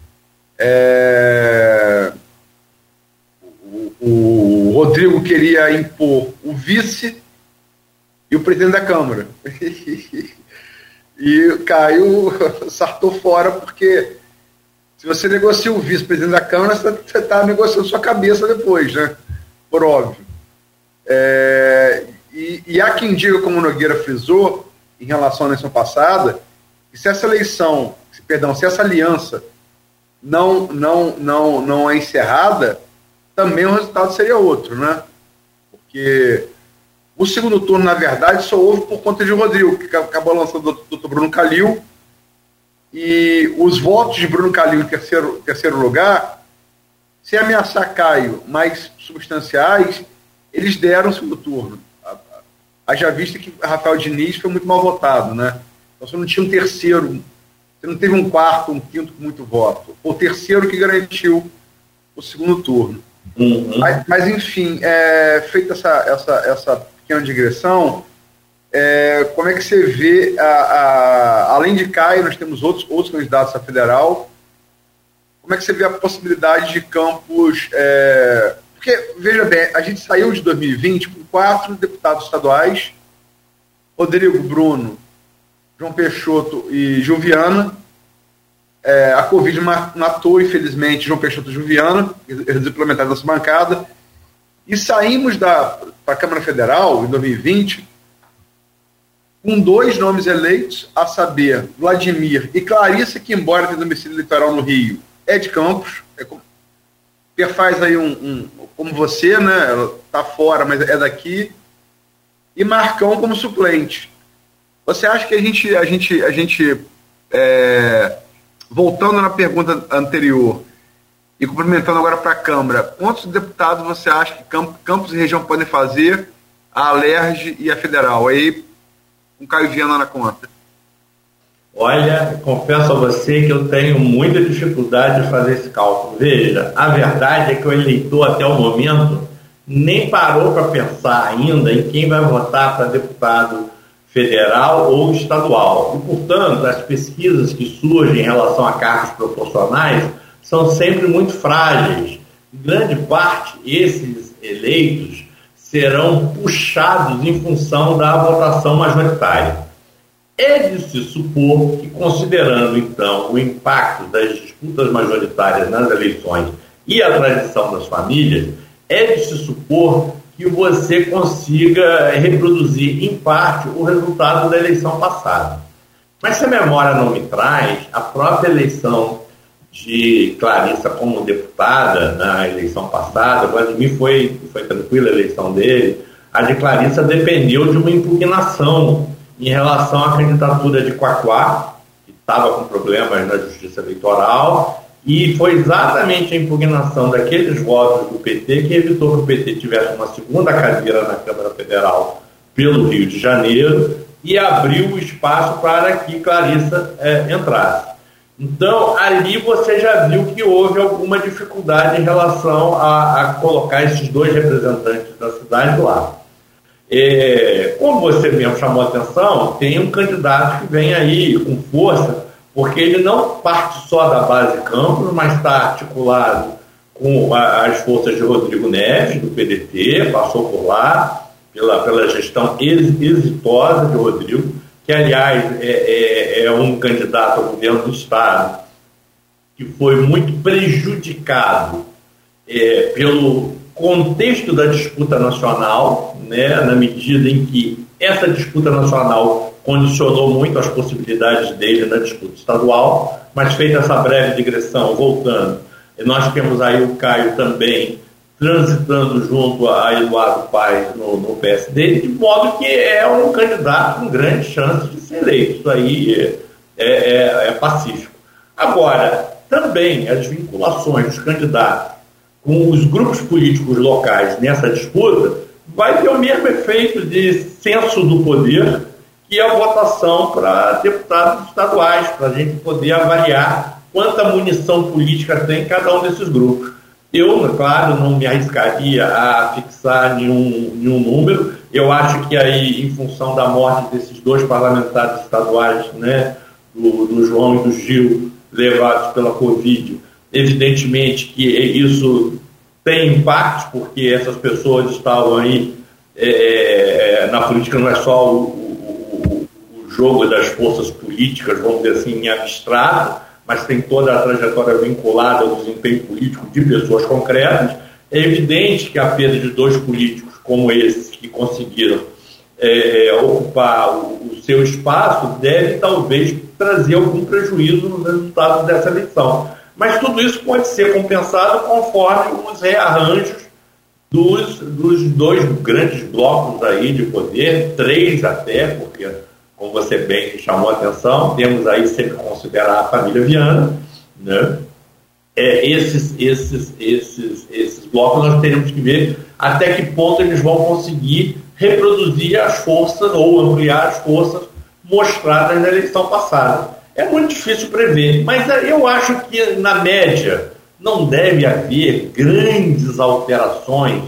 É... O, o Rodrigo queria impor o vice e o presidente da Câmara. E o Caio sartou fora, porque se você negocia o vice-presidente da Câmara, você está negociando sua cabeça depois, né? Por óbvio. É... E, e há quem diga, como o Nogueira frisou, em relação à eleição passada, que se essa eleição, perdão, se essa aliança não, não, não, não é encerrada, também o resultado seria outro, né? Porque o segundo turno, na verdade, só houve por conta de Rodrigo, que acabou lançando o doutor Bruno Calil, e os votos de Bruno Calil em terceiro, terceiro lugar, sem ameaçar Caio, mais substanciais, eles deram o segundo turno. Haja vista que Rafael Diniz foi muito mal votado, né? Então você não tinha um terceiro, você não teve um quarto, um quinto com muito voto. O terceiro que garantiu o segundo turno. Uhum. Mas, mas, enfim, é, feita essa, essa, essa pequena digressão, é, como é que você vê, a, a, além de Caio, nós temos outros, outros candidatos a federal, como é que você vê a possibilidade de Campos... É, porque, veja bem, a gente saiu de dois mil e vinte com quatro deputados estaduais, Rodrigo, Bruno, João Peixoto e Juviana. É, a Covid matou, infelizmente, João Peixoto e Juviana, eles implementaram essa bancada, e saímos para a Câmara Federal, em dois mil e vinte, com dois nomes eleitos, a saber, Vladimir e Clarissa, que, embora tenha domicílio eleitoral no Rio, é de Campos, é como, faz aí um, um, como você, né, ela está fora, mas é daqui, e Marcão como suplente. Você acha que a gente, a gente, a gente é, voltando na pergunta anterior e complementando agora para a Câmara, quantos deputados você acha que Campos e região podem fazer, a Alerj e a Federal? Aí, um Caio Viana na conta. Olha, confesso a você que eu tenho muita dificuldade de fazer esse cálculo. Veja, a verdade é que o eleitor, até o momento, nem parou para pensar ainda em quem vai votar para deputado federal ou estadual. E, portanto, as pesquisas que surgem em relação a cargos proporcionais são sempre muito frágeis. Em grande parte, esses eleitos serão puxados em função da votação majoritária. É de se supor que, considerando, então, o impacto das disputas majoritárias nas eleições e a tradição das famílias, é de se supor que você consiga reproduzir, em parte, o resultado da eleição passada. Mas se a memória não me traz, a própria eleição de Clarissa como deputada na eleição passada, Vladimir foi, foi tranquila a eleição dele, a de Clarissa dependeu de uma impugnação em relação à candidatura de Quaquá, que estava com problemas na justiça eleitoral, e foi exatamente a impugnação daqueles votos do P T que evitou que o P T tivesse uma segunda cadeira na Câmara Federal pelo Rio de Janeiro e abriu o espaço para que Clarissa é, entrasse. Então, ali você já viu que houve alguma dificuldade em relação a, a colocar esses dois representantes da cidade lá. É, como você mesmo chamou a atenção, tem um candidato que vem aí com força, porque ele não parte só da base Campos, mas está articulado com a, as forças de Rodrigo Neves, do P D T, passou por lá, pela, pela gestão exitosa de Rodrigo, que, aliás, é, é, é um candidato ao governo do Estado que foi muito prejudicado é, pelo contexto da disputa nacional, né, na medida em que essa disputa nacional condicionou muito as possibilidades dele na disputa estadual, mas feita essa breve digressão, voltando, nós temos aí o Caio também transitando junto a Eduardo Paes no, no P S D, de modo que é um candidato com grande chance de ser eleito. Isso aí é, é, é pacífico. Agora, também as vinculações dos candidatos com os grupos políticos locais nessa disputa vai ter o mesmo efeito de censo do poder que a votação para deputados estaduais, para a gente poder avaliar quanta munição política tem cada um desses grupos. Eu, claro, não me arriscaria a fixar nenhum, nenhum número. Eu acho que aí, em função da morte desses dois parlamentares estaduais, né, do, do João e do Gil, levados pela Covid, evidentemente que isso tem impacto, porque essas pessoas estavam aí, é, na política não é só o, o, o jogo das forças políticas, vamos dizer assim, em abstrato, mas tem toda a trajetória vinculada ao desempenho político de pessoas concretas. É evidente que a perda de dois políticos como esses que conseguiram é, ocupar o, o seu espaço deve talvez trazer algum prejuízo nos resultados dessa eleição. Mas tudo isso pode ser compensado conforme os rearranjos dos, dos dois grandes blocos aí de poder, três até, porque como você bem chamou a atenção, temos aí sempre que considerar a família Viana, né? É, esses, esses, esses, esses blocos nós teremos que ver até que ponto eles vão conseguir reproduzir as forças ou ampliar as forças mostradas na eleição passada. É muito difícil prever, mas eu acho que na média não deve haver grandes alterações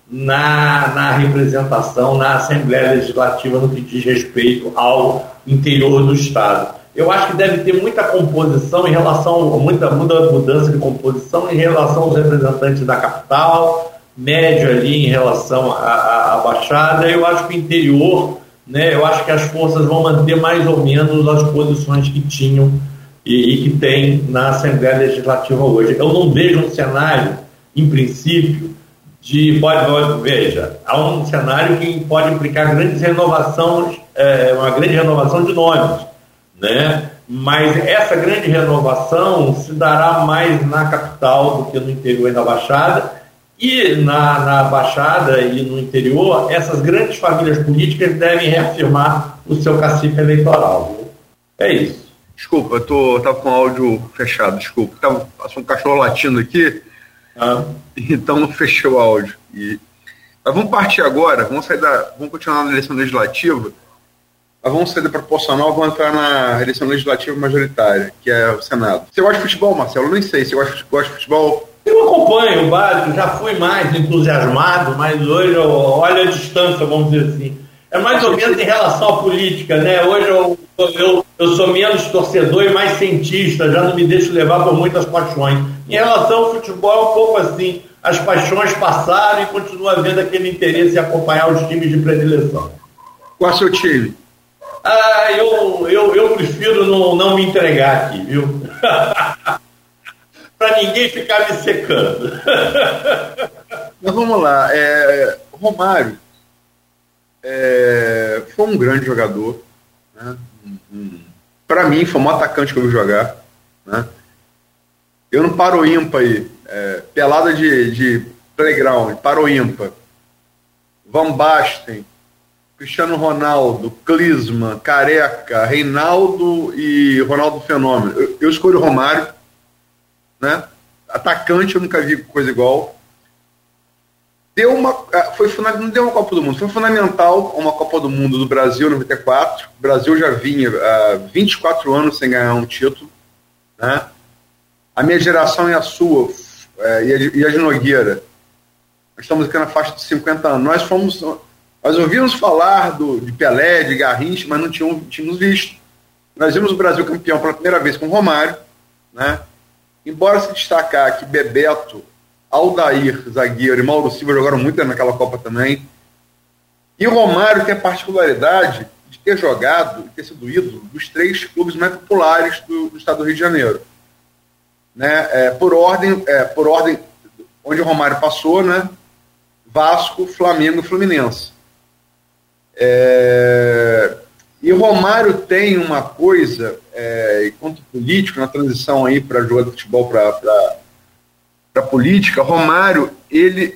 na, na representação, na Assembleia Legislativa no que diz respeito ao interior do Estado. Eu acho que deve ter muita composição em relação, muita, muita mudança de composição em relação aos representantes da capital, médio ali em relação à, à Baixada. Eu acho que o interior, né, eu acho que as forças vão manter mais ou menos as posições que tinham e, e que tem na Assembleia Legislativa hoje. Eu não vejo um cenário, em princípio, de, pode, pode, veja, há um cenário que pode implicar grandes renovações, é, uma grande renovação de nomes, né? Mas essa grande renovação se dará mais na capital do que no interior e na Baixada, e na, na Baixada e no interior, essas grandes famílias políticas devem reafirmar o seu cacife eleitoral. Viu? É isso. Desculpa, eu tô, tava com o áudio fechado, desculpa. Tava, passou um cachorro latindo aqui, ah. Então não fechei o áudio. E... Mas vamos partir agora, vamos sair da. Vamos continuar na eleição legislativa. Mas vamos sair da proporcional, vamos entrar na eleição legislativa majoritária, que é o Senado. Você gosta de futebol, Marcelo? Eu nem sei. Você gosta de, gosta de futebol? Eu acompanho o básico, já fui mais entusiasmado, mas hoje eu olho a distância, vamos dizer assim. É mais ou menos em relação à política, né? Hoje eu, eu, eu sou menos torcedor e mais cientista, já não me deixo levar por muitas paixões. Em relação ao futebol, é um pouco assim, as paixões passaram e continua havendo aquele interesse em acompanhar os times de predileção. Qual é o seu time? Ah, eu, eu, eu prefiro não, não me entregar aqui, viu? Para ninguém ficar me secando. Mas vamos lá, é, Romário é, foi um grande jogador, né? um, um, para mim foi um atacante que eu vi jogar, né? Eu não paro ímpar aí, é, pelada de, de playground, paro ímpar, Van Basten, Cristiano Ronaldo, Klinsmann, Careca, Reinaldo e Ronaldo Fenômeno. Eu, eu escolho o Romário, né? Atacante, eu nunca vi coisa igual. Deu uma, foi, não deu uma Copa do Mundo, foi fundamental uma Copa do Mundo do Brasil em noventa e quatro. O Brasil já vinha há vinte e quatro anos sem ganhar um título, né? A minha geração e a sua, é, e, a, e a de Nogueira, nós estamos aqui na faixa de cinquenta anos. Nós fomos, nós ouvimos falar do, de Pelé, de Garrincha, mas não tínhamos, tínhamos visto. Nós vimos o Brasil campeão pela primeira vez com o Romário, né? Embora se destacar que Bebeto, Aldair, zagueiro, e Mauro Silva jogaram muito naquela Copa também. E o Romário tem a particularidade de ter jogado e ter sido ídolo dos três clubes mais populares do, do estado do Rio de Janeiro. Né? É, por, ordem, é, por ordem onde o Romário passou, né? Vasco, Flamengo e Fluminense. É... E o Romário tem uma coisa, é, enquanto político, na transição aí para jogar de futebol para a política, Romário, ele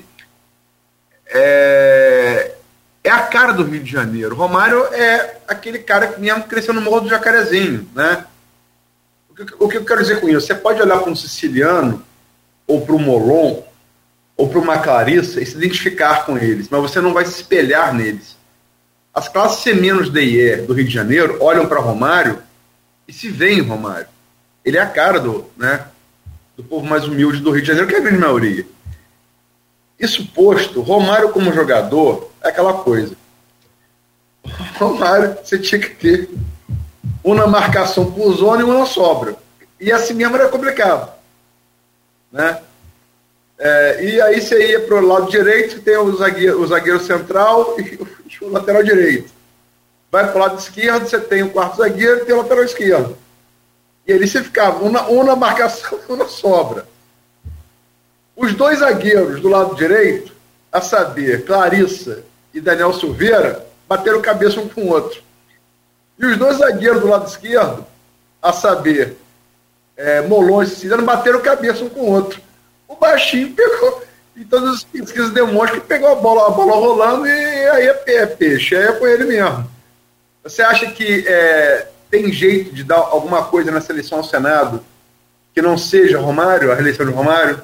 é, é a cara do Rio de Janeiro. Romário é aquele cara que mesmo cresceu no Morro do Jacarezinho, né? O que, o que eu quero dizer com isso? Você pode olhar para um siciliano, ou para um Molon, ou para uma Clarissa e se identificar com eles, mas você não vai se espelhar neles. As classes C menos D e E do Rio de Janeiro olham para Romário e se veem em Romário. Ele é a cara do, né, do povo mais humilde do Rio de Janeiro, que é a grande maioria. Isso posto, Romário como jogador é aquela coisa. Romário, você tinha que ter uma marcação por zona e uma sobra. E assim mesmo era complicado. Né? É, e aí você ia para o lado direito, tem o zagueiro, o zagueiro central e o, o lateral direito. Vai para o lado esquerdo, você tem o quarto zagueiro e tem o lateral esquerdo. E ali você ficava um na, um na marcação e um na sobra. Os dois zagueiros do lado direito, a saber, Clarissa e Daniel Silveira, bateram cabeça um com o outro. E os dois zagueiros do lado esquerdo, a saber, é, Molon e Siciliano, bateram cabeça um com o outro. O baixinho pegou, e todas as pesquisas demonstram que pegou a bola, a bola rolando, e aí é peixe, aí é com ele mesmo. Você acha que é, tem jeito de dar alguma coisa nessa eleição ao Senado que não seja Romário, a reeleição de Romário?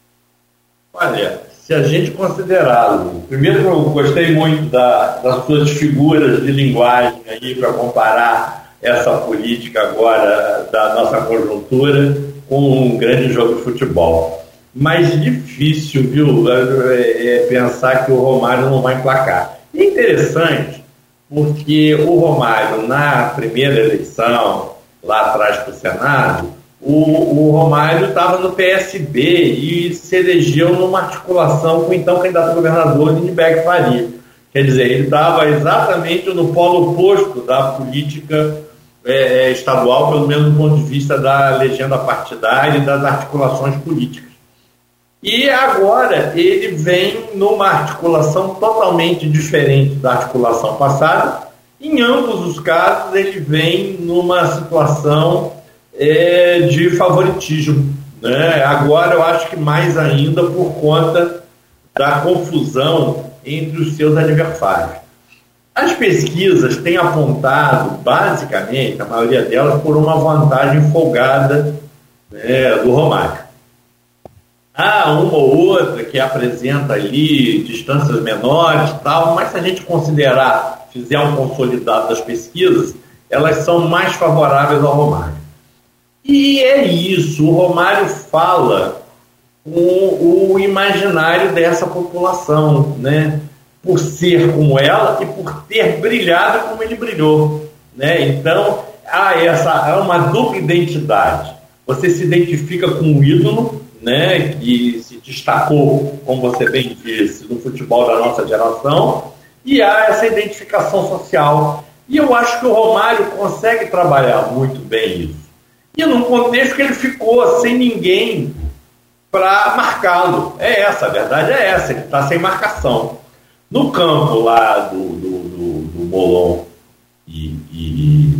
Olha, se a gente considerá-lo, primeiro eu gostei muito da, das suas figuras de linguagem aí para comparar essa política agora da nossa conjuntura com um grande jogo de futebol. Mas difícil, viu, é, é pensar que o Romário não vai emplacar. E é interessante, porque o Romário, na primeira eleição, lá atrás para o Senado, o, o Romário estava no P S B e se elegeu numa articulação com o então candidato a governador Lindbergh Faria. Quer dizer, ele estava exatamente no polo oposto da política é, estadual, pelo menos do ponto de vista da legenda partidária e das articulações políticas. E agora ele vem numa articulação totalmente diferente da articulação passada. Em ambos os casos, ele vem numa situação é, de favoritismo, né? Agora eu acho que mais ainda por conta da confusão entre os seus adversários. As pesquisas têm apontado, basicamente, a maioria delas, por uma vantagem folgada, né, do Romário. Há uma ou outra que apresenta ali distâncias menores e tal, mas se a gente considerar, fizer um consolidado das pesquisas, elas são mais favoráveis ao Romário. E é isso, o Romário fala com o imaginário dessa população, né? Por ser como ela e por ter brilhado como ele brilhou, né? Então, há essa, há uma dupla identidade. Você se identifica com o ídolo, né, que se destacou, como você bem disse, no futebol da nossa geração, e há essa identificação social. E eu acho que o Romário consegue trabalhar muito bem isso. E num contexto que ele ficou sem ninguém para marcá-lo. É essa, a verdade é essa, ele está sem marcação. No campo lá do, do, do, do Molon e, e,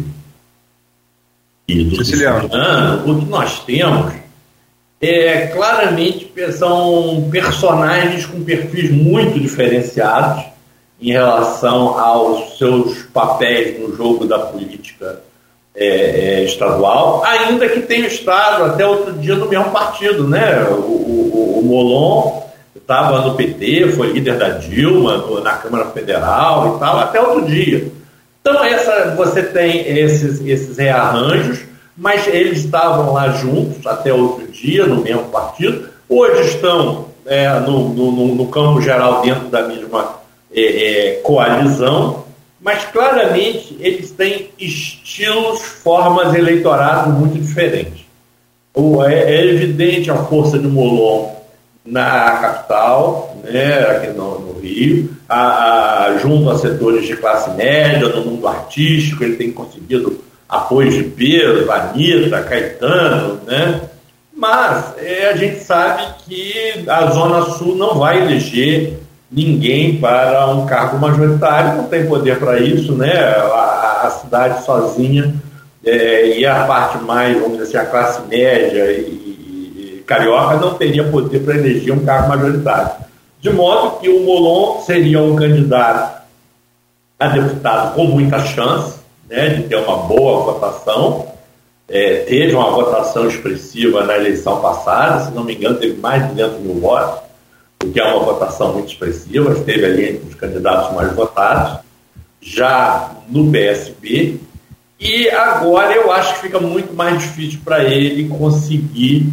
e do Siciliano, o que nós temos é, claramente são personagens com perfis muito diferenciados em relação aos seus papéis no jogo da política é, é, estadual, ainda que tenham estado até outro dia no mesmo partido, né? O, o, o Molon estava no P T, foi líder da Dilma no, na Câmara Federal e tal, até outro dia. Então essa, você tem esses, esses rearranjos, mas eles estavam lá juntos até outro dia, no mesmo partido. Hoje estão é, no, no, no campo geral dentro da mesma é, é, coalizão, mas claramente eles têm estilos, formas eleitorais muito diferentes. É, é evidente a força de Molon na capital, né, aqui no, no Rio, a, a, junto a setores de classe média, no mundo artístico, ele tem conseguido apoio de peso, Anitta, Caetano, né? Mas é, a gente sabe que a Zona Sul não vai eleger ninguém para um cargo majoritário, não tem poder para isso, né? A, a cidade sozinha é, e a parte mais, vamos dizer assim, a classe média e, e carioca não teria poder para eleger um cargo majoritário. De modo que o Molon seria um candidato a deputado com muita chance, né, de ter uma boa votação. É, teve uma votação expressiva na eleição passada, se não me engano teve mais de duzentos mil votos, o que é uma votação muito expressiva, esteve ali entre os candidatos mais votados, já no P S B, e agora eu acho que fica muito mais difícil para ele conseguir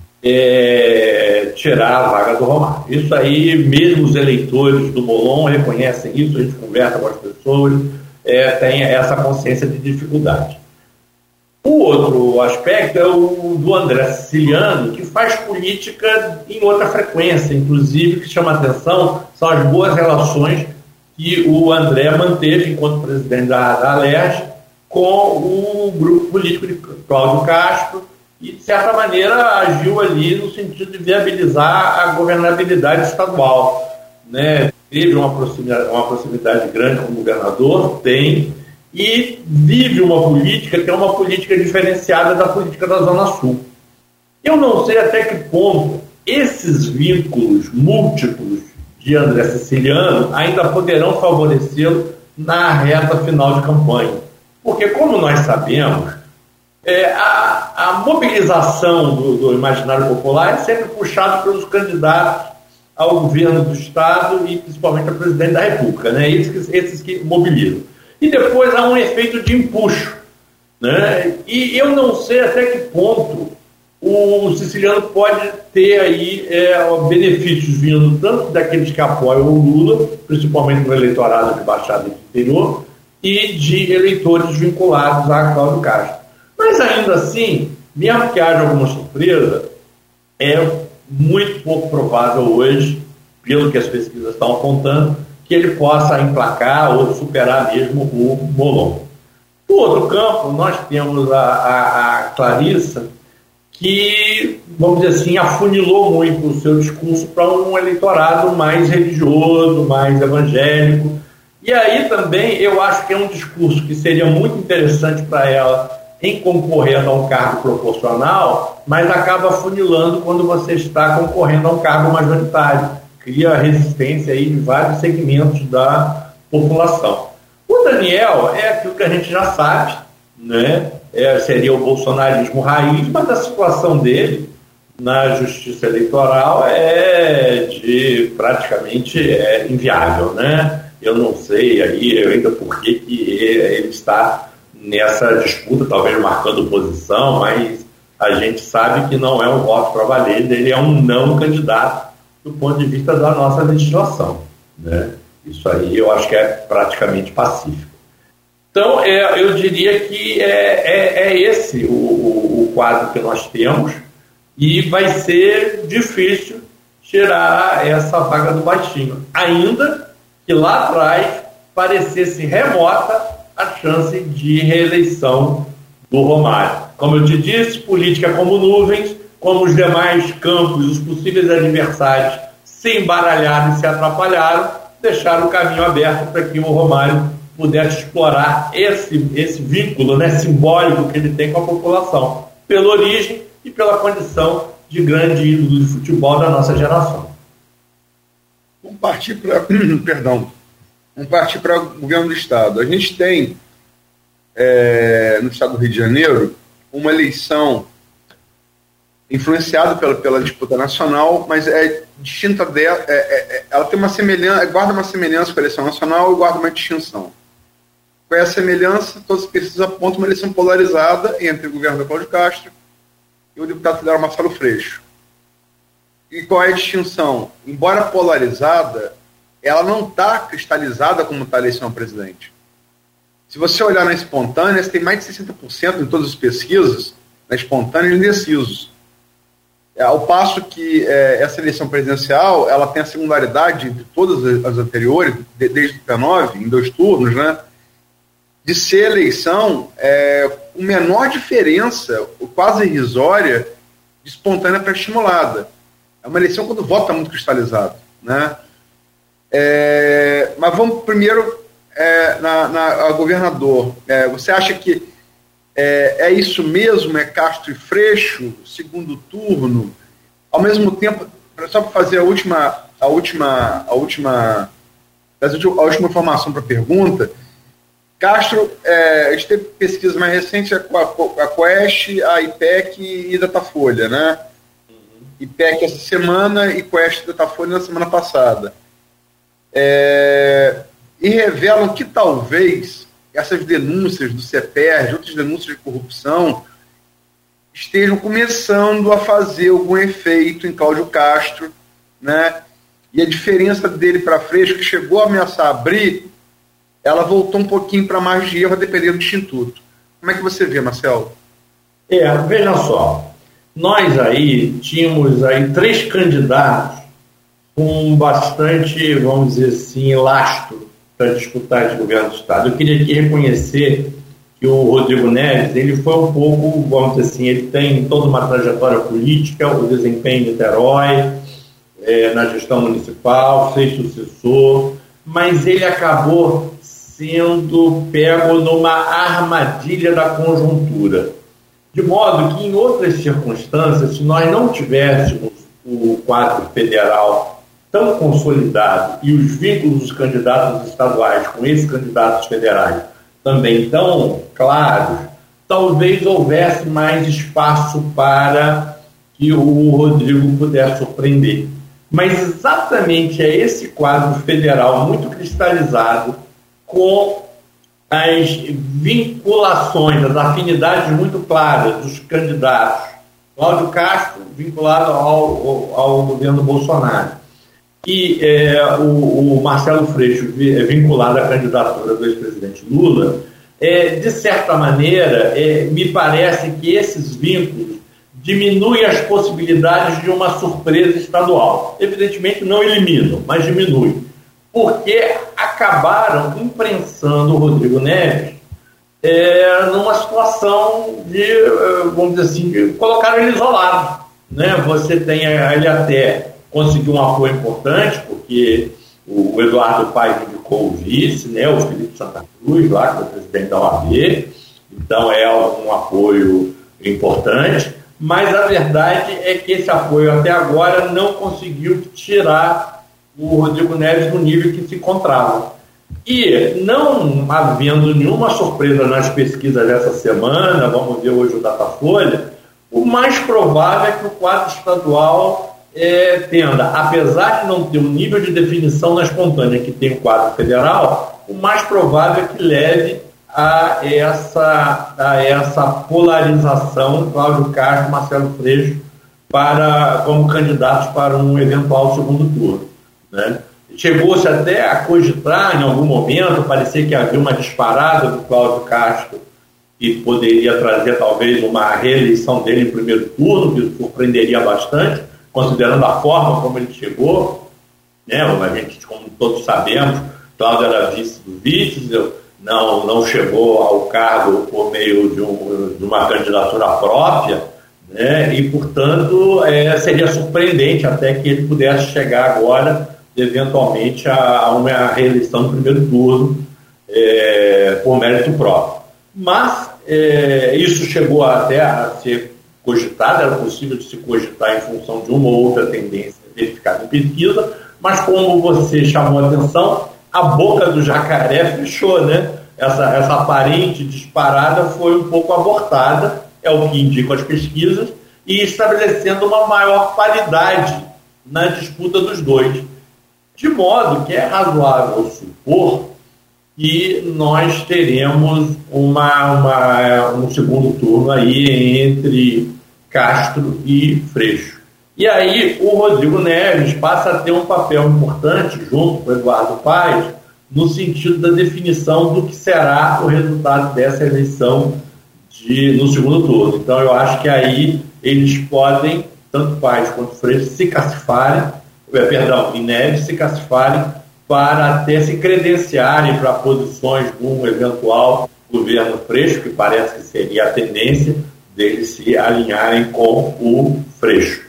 é, tirar a vaga do Romário. Isso aí, mesmo os eleitores do Molon reconhecem isso, a gente conversa com as pessoas, É, tem essa consciência de dificuldade. O outro aspecto é o do André Siciliano, que faz política em outra frequência, inclusive, que chama atenção, são as boas relações que o André manteve enquanto presidente da, da Alerj com o grupo político de Cláudio Castro e, de certa maneira, agiu ali no sentido de viabilizar a governabilidade estadual, né? Teve uma proximidade, uma proximidade grande com o governador, tem, e vive uma política que é uma política diferenciada da política da Zona Sul. Eu não sei até que ponto esses vínculos múltiplos de André Siciliano ainda poderão favorecê-lo na reta final de campanha. Porque, como nós sabemos, é, a, a mobilização do, do imaginário popular é sempre puxada pelos candidatos ao governo do Estado e principalmente ao presidente da República, né? Esses, que, esses que mobilizam. E depois há um efeito de empuxo, né? E eu não sei até que ponto o siciliano pode ter aí é, benefícios vindo tanto daqueles que apoiam o Lula, principalmente no eleitorado de Baixada e do interior, e de eleitores vinculados a Cláudio Castro. Mas ainda assim, mesmo que haja alguma surpresa, é muito pouco provável hoje, pelo que as pesquisas estão apontando, que ele possa emplacar ou superar mesmo o Molon. Do outro campo, nós temos a, a, a Clarissa, que, vamos dizer assim, afunilou muito o seu discurso para um eleitorado mais religioso, mais evangélico. E aí também eu acho que é um discurso que seria muito interessante para ela em concorrer a um cargo proporcional, mas acaba afunilando quando você está concorrendo a um cargo majoritário. Cria resistência aí de vários segmentos da população. O Daniel é aquilo que a gente já sabe, né? É, seria o bolsonarismo raiz, mas a situação dele na justiça eleitoral é de praticamente é, inviável, né? Eu não sei aí ainda por que que ele está nessa disputa, talvez marcando posição, mas a gente sabe que não é um voto para valer, ele é um não candidato do ponto de vista da nossa legislação, né? Isso aí eu acho que é praticamente pacífico. Então, é, eu diria que é, é, é esse o, o, o quadro que nós temos e vai ser difícil tirar essa vaga do baixinho, ainda que lá atrás parecesse remota a chance de reeleição do Romário. Como eu te disse, política como nuvens, como os demais campos, os possíveis adversários se embaralharam e se atrapalharam, deixaram o caminho aberto para que o Romário pudesse explorar esse, esse vínculo, né, simbólico que ele tem com a população, pela origem e pela condição de grande ídolo de futebol da nossa geração. Vamos partir para perdão, vamos partir para o governo do Estado. A gente tem, é, no Estado do Rio de Janeiro, uma eleição influenciada pela, pela disputa nacional, mas é distinta dela, é, é, ela tem uma semelhança, guarda uma semelhança com a eleição nacional e guarda uma distinção. Qual é a semelhança? Todas as pesquisas apontam uma eleição polarizada entre o governo da Cláudio Castro e o deputado federal Marcelo Freixo. E qual é a distinção? Embora polarizada, ela não está cristalizada como está a eleição a presidente. Se você olhar na espontânea, você tem mais de sessenta por cento em todas as pesquisas, na espontânea, indecisos. Ao passo que é, essa eleição presidencial, ela tem a singularidade entre todas as anteriores, de, desde o P nove, em dois turnos, né, de ser eleição é, com menor diferença, quase irrisória, de espontânea para estimulada. É uma eleição quando o voto está muito cristalizado, né? É, mas vamos primeiro é, na, na a governador. É, você acha que é, é isso mesmo? É Castro e Freixo, segundo turno? Ao mesmo tempo, só para fazer a última, a última, a última, a última informação para a pergunta, Castro, é, a gente teve pesquisas mais recentes, a, a Quest, a I P E C e a Datafolha, né? I P E C essa semana e Quest e Datafolha na semana passada. É, e revelam que talvez essas denúncias do CEPERJ, outras denúncias de corrupção, estejam começando a fazer algum efeito em Cláudio Castro, né? E a diferença dele para Freixo, que chegou a ameaçar abrir, ela voltou um pouquinho para margem de erro, a depender do instituto. Como é que você vê, Marcelo? É, veja só, nós aí tínhamos aí três candidatos com bastante, vamos dizer assim, lastro para disputar esse governo do Estado. Eu queria aqui reconhecer que o Rodrigo Neves, ele foi um pouco, vamos dizer assim, ele tem toda uma trajetória política, o desempenho em Niterói, é, na gestão municipal, fez sucessor, mas ele acabou sendo pego numa armadilha da conjuntura. De modo que, em outras circunstâncias, se nós não tivéssemos o quadro federal tão consolidado e os vínculos dos candidatos estaduais com esses candidatos federais também tão claros, talvez houvesse mais espaço para que o Rodrigo pudesse surpreender. Mas exatamente é esse quadro federal muito cristalizado, com as vinculações, as afinidades muito claras dos candidatos. Cláudio Castro vinculado ao, ao, ao governo Bolsonaro e é, o, o Marcelo Freixo vinculado à candidatura do ex-presidente Lula, é, de certa maneira, é, me parece que esses vínculos diminuem as possibilidades de uma surpresa estadual. Evidentemente não eliminam, mas diminuem, porque acabaram imprensando o Rodrigo Neves é, numa situação de, vamos dizer assim, de colocar ele isolado, né? Você tem, ele até conseguiu um apoio importante, porque o Eduardo Paes indicou o vice, né? O Felipe Santa Cruz, lá, que é o presidente da O A B, então é um apoio importante, mas a verdade é que esse apoio até agora não conseguiu tirar o Rodrigo Neves do nível que se encontrava. E não havendo nenhuma surpresa nas pesquisas dessa semana, vamos ver hoje o Datafolha, o mais provável é que o quadro estadual é, tenda, apesar de não ter o nível de definição na espontânea que tem o quadro federal, o mais provável é que leve a essa, a essa polarização, Cláudio Castro, Marcelo Freixo, para, como candidatos para um eventual segundo turno, né? Chegou-se até a cogitar, em algum momento, parecia que havia uma disparada do Cláudio Castro que poderia trazer talvez uma reeleição dele em primeiro turno, que surpreenderia bastante, considerando a forma como ele chegou, né? A gente, como todos sabemos, Cláudio era vice do vice, não, não chegou ao cargo por meio de, um, de uma candidatura própria, né? E, portanto, é, seria surpreendente até que ele pudesse chegar agora, eventualmente, a, a uma reeleição no primeiro turno, é, por mérito próprio. Mas é, isso chegou até a ser cogitado, era possível de se cogitar em função de uma ou outra tendência verificada em pesquisa, mas como você chamou a atenção, a boca do jacaré fechou, né? Essa, essa aparente disparada foi um pouco abortada, é o que indicam as pesquisas, e estabelecendo uma maior paridade na disputa dos dois. De modo que é razoável supor que nós teremos uma, uma, um segundo turno aí entre Castro e Freixo. E aí o Rodrigo Neves passa a ter um papel importante, junto com o Eduardo Paes, no sentido da definição do que será o resultado dessa eleição de, no segundo turno. Então eu acho que aí eles podem, tanto Paes quanto Freixo, se cacifarem, perdão, e Neves se cacifarem para até se credenciarem para posições de um eventual governo Freixo, que parece que seria a tendência deles se alinharem com o Freixo.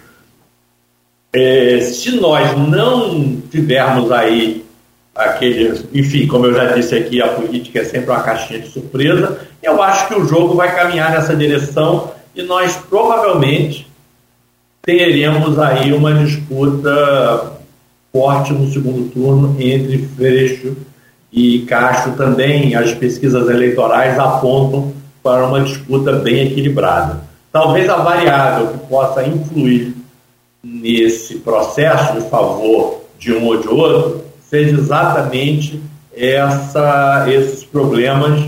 É, se nós não tivermos aí aquele, enfim, como eu já disse aqui, a política é sempre uma caixinha de surpresa, eu acho que o jogo vai caminhar nessa direção e nós provavelmente teremos aí uma disputa forte no segundo turno entre Freixo e Castro. Também as pesquisas eleitorais apontam para uma disputa bem equilibrada. Talvez a variável que possa influir nesse processo de favor de um ou de outro seja exatamente essa, esses problemas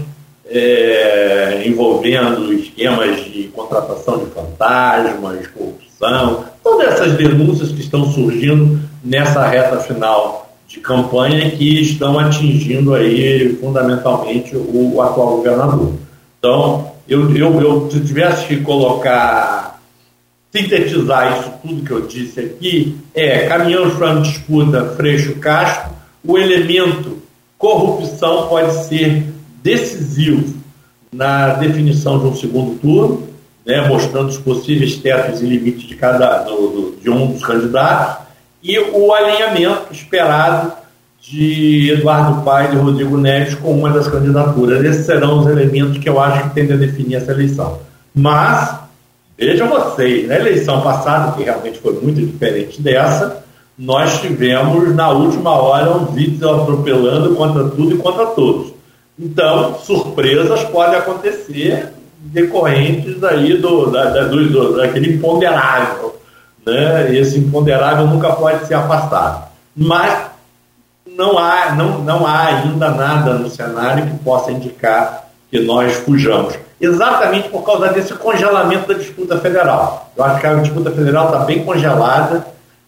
é, envolvendo esquemas de contratação de fantasmas, corrupção, todas essas denúncias que estão surgindo nessa reta final de campanha que estão atingindo aí fundamentalmente o, o atual governador. Então, eu, eu, eu se tivesse que colocar, sintetizar isso tudo que eu disse aqui, é, caminhamos para uma disputa Freixo-Castro, o elemento corrupção pode ser decisivo na definição de um segundo turno, né, mostrando os possíveis tetos e limites de, cada, do, do, de um dos candidatos, e o alinhamento esperado de Eduardo Paes e Rodrigo Neves com uma das candidaturas. Esses serão os elementos que eu acho que tendem a definir essa eleição. Mas, vejam vocês, na eleição passada, que realmente foi muito diferente dessa, nós tivemos, na última hora, um Witzel atropelando contra tudo e contra todos. Então, surpresas podem acontecer decorrentes aí do, da, da, do, do, daquele imponderável, né? Esse imponderável nunca pode ser afastado. Mas não há, não, não há ainda nada no cenário que possa indicar que nós fujamos. Exatamente por causa desse congelamento da disputa federal. Eu acho que a disputa federal está bem congelada,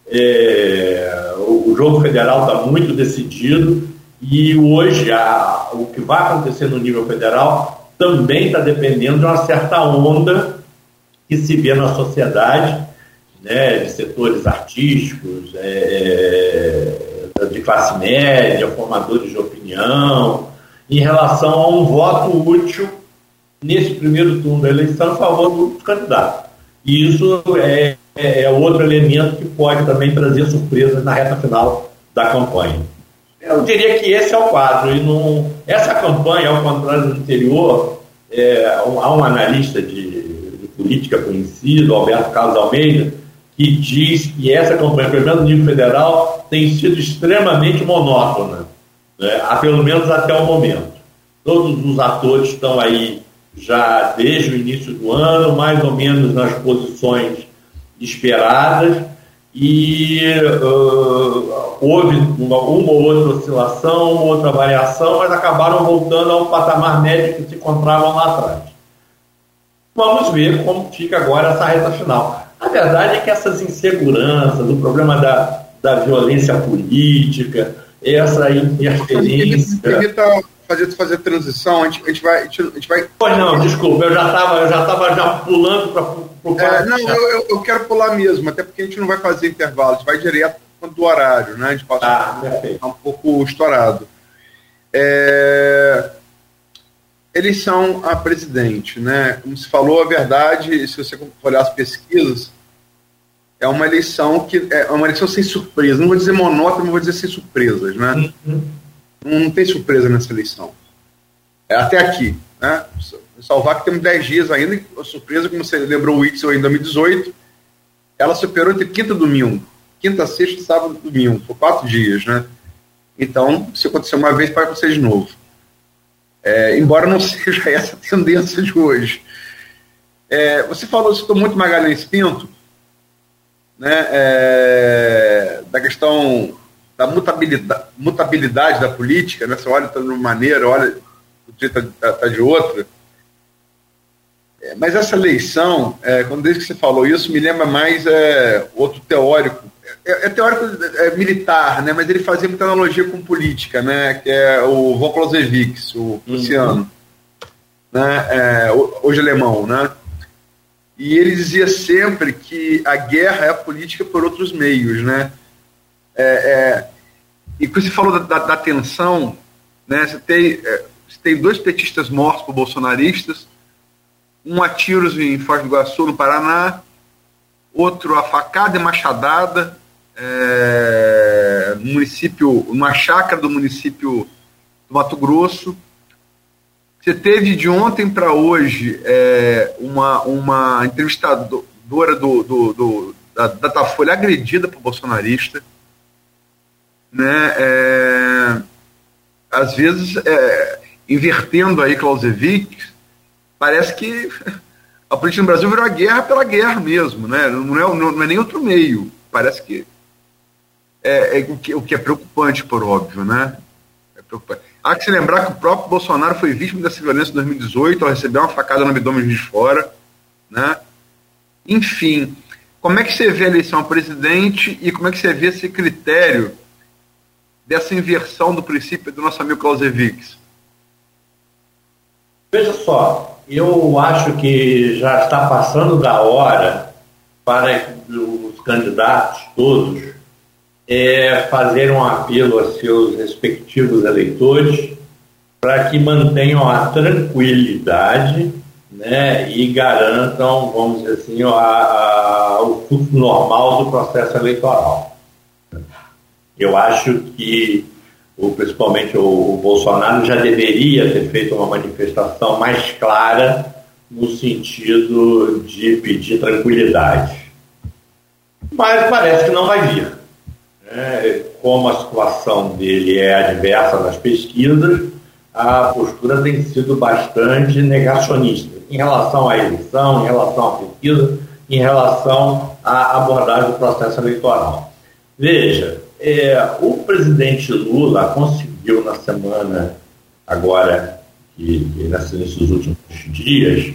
é, o, o jogo federal está muito decidido, e hoje a, o que vai acontecer no nível federal também está dependendo de uma certa onda que se vê na sociedade, né, de setores artísticos, é, de classe média, formadores de opinião, em relação a um voto útil nesse primeiro turno da eleição a favor do candidato. E isso é, é, é outro elemento que pode também trazer surpresas na reta final da campanha. Eu diria que esse é o quadro. E não, essa campanha, ao contrário do anterior, é, há um analista de, de política conhecido, Alberto Carlos Almeida, que diz que essa campanha, pelo menos no nível federal, tem sido extremamente monótona, né? Há, pelo menos até o momento. Todos os atores estão aí já desde o início do ano, mais ou menos nas posições esperadas, e uh, houve uma, uma ou outra oscilação, uma outra variação, mas acabaram voltando ao patamar médio que se encontravam lá atrás. Vamos ver como fica agora essa reta final. A verdade é que essas inseguranças, o problema da, da violência política, essa interferência... Evita fazer, fazer transição, a gente, a gente vai... A gente, a gente vai... Pois não, desculpa, eu já estava eu já tava já pulando para o... É, não, eu, eu, eu quero pular mesmo, até porque a gente não vai fazer intervalo, a gente vai direto do horário, né? A gente passa ah, um, um pouco estourado. É... Eleição a presidente, né? Como se falou, a verdade, se você olhar as pesquisas, é uma eleição que é uma eleição sem surpresa. Não vou dizer monótona, mas vou dizer sem surpresas, né? Uhum. Não, não tem surpresa nessa eleição. É até aqui, né? Salvar que temos dez dias ainda, a surpresa, como você lembrou o Witzel em dois mil e dezoito, ela superou entre quinta e domingo. Quinta, sexta, sábado e domingo. Por quatro dias, né? Então, se acontecer uma vez, vai acontecer de novo. É, embora não seja essa a tendência de hoje. É, você falou, citou muito Magalhães Pinto, né, é, da questão da mutabilidade, mutabilidade da política, né, você olha de uma maneira, olha o jeito está tá de outra. É, mas essa eleição, é, quando desde que você falou isso, me lembra mais é, outro teórico, é, é teórico é, militar, né, mas ele fazia muita analogia com política, né, que é o von Clausewitz, o prussiano, uhum. né, é, hoje alemão, né, e ele dizia sempre que a guerra é a política por outros meios, né, é, é, e quando você falou da, da, da tensão, né, você tem, é, você tem dois petistas mortos por bolsonaristas, um a tiros em Foz do Iguaçu, no Paraná, outro a facada e machadada, é, no município, numa chácara do município do Mato Grosso. Você teve de ontem para hoje é, uma, uma entrevistadora do, do, do, da Datafolha agredida por bolsonarista, né? É, às vezes, é, invertendo aí Clausewitz, parece que a política no Brasil virou a guerra pela guerra mesmo, né? Não é, não é nem outro meio. Parece que é, é o, que, o que é preocupante, por óbvio, né? É preocupante. Há que se lembrar que o próprio Bolsonaro foi vítima dessa violência em dois mil e dezoito, ao receber uma facada no abdômen de fora, né? Enfim, como é que você vê a eleição a presidente e como é que você vê esse critério dessa inversão do princípio do nosso amigo Clausewitz? Veja só, eu acho que já está passando da hora para os candidatos todos é, fazerem um apelo a seus respectivos eleitores para que mantenham a tranquilidade, né, e garantam, vamos dizer assim, a, a, o fluxo normal do processo eleitoral. Eu acho que o, principalmente o, o Bolsonaro já deveria ter feito uma manifestação mais clara no sentido de pedir tranquilidade. Mas parece que não vai vir. né, como a situação dele é adversa nas pesquisas, a postura tem sido bastante negacionista em relação à eleição, em relação à pesquisa, em relação à abordagem do processo eleitoral. Veja, é, o presidente Lula conseguiu na semana, agora, que, que nesses últimos dias,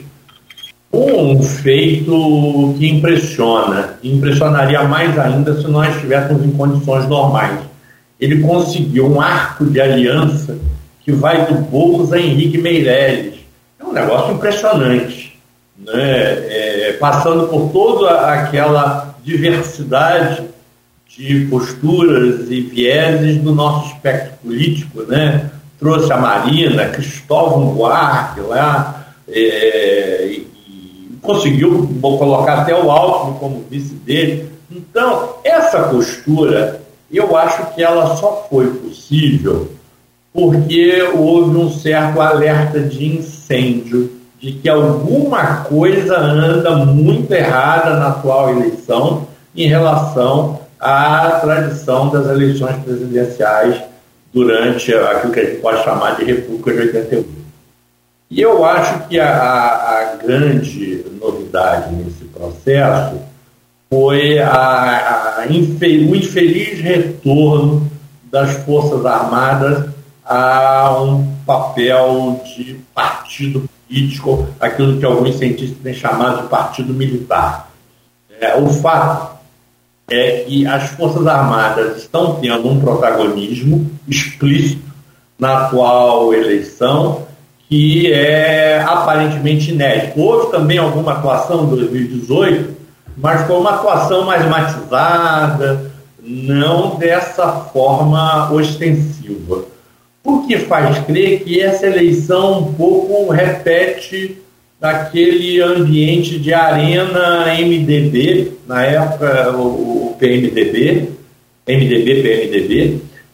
um feito que impressiona, e impressionaria mais ainda se nós estivéssemos em condições normais. Ele conseguiu um arco de aliança que vai do Boulos a Henrique Meirelles. É um negócio impressionante, né? É, passando por toda aquela diversidade de posturas e vieses do nosso espectro político, né? Trouxe a Marina, Cristóvão Buarque lá, é, e, e conseguiu colocar até o Alckmin como vice dele. Então, essa postura, eu acho que ela só foi possível porque houve um certo alerta de incêndio, de que alguma coisa anda muito errada na atual eleição em relação à tradição das eleições presidenciais durante aquilo que a gente pode chamar de República de oitenta e oito. E eu acho que a, a grande novidade nesse processo foi a, a infel- o infeliz retorno das Forças Armadas a um papel de partido político, aquilo que alguns cientistas têm chamado de partido militar. É, o fato é que as Forças Armadas estão tendo um protagonismo explícito na atual eleição que é aparentemente inédito. Houve também alguma atuação em dois mil e dezoito, mas foi uma atuação mais matizada, não dessa forma ostensiva. O que faz crer que essa eleição um pouco repete daquele ambiente de arena M D B, na época o P M D B, M D B, P M D B,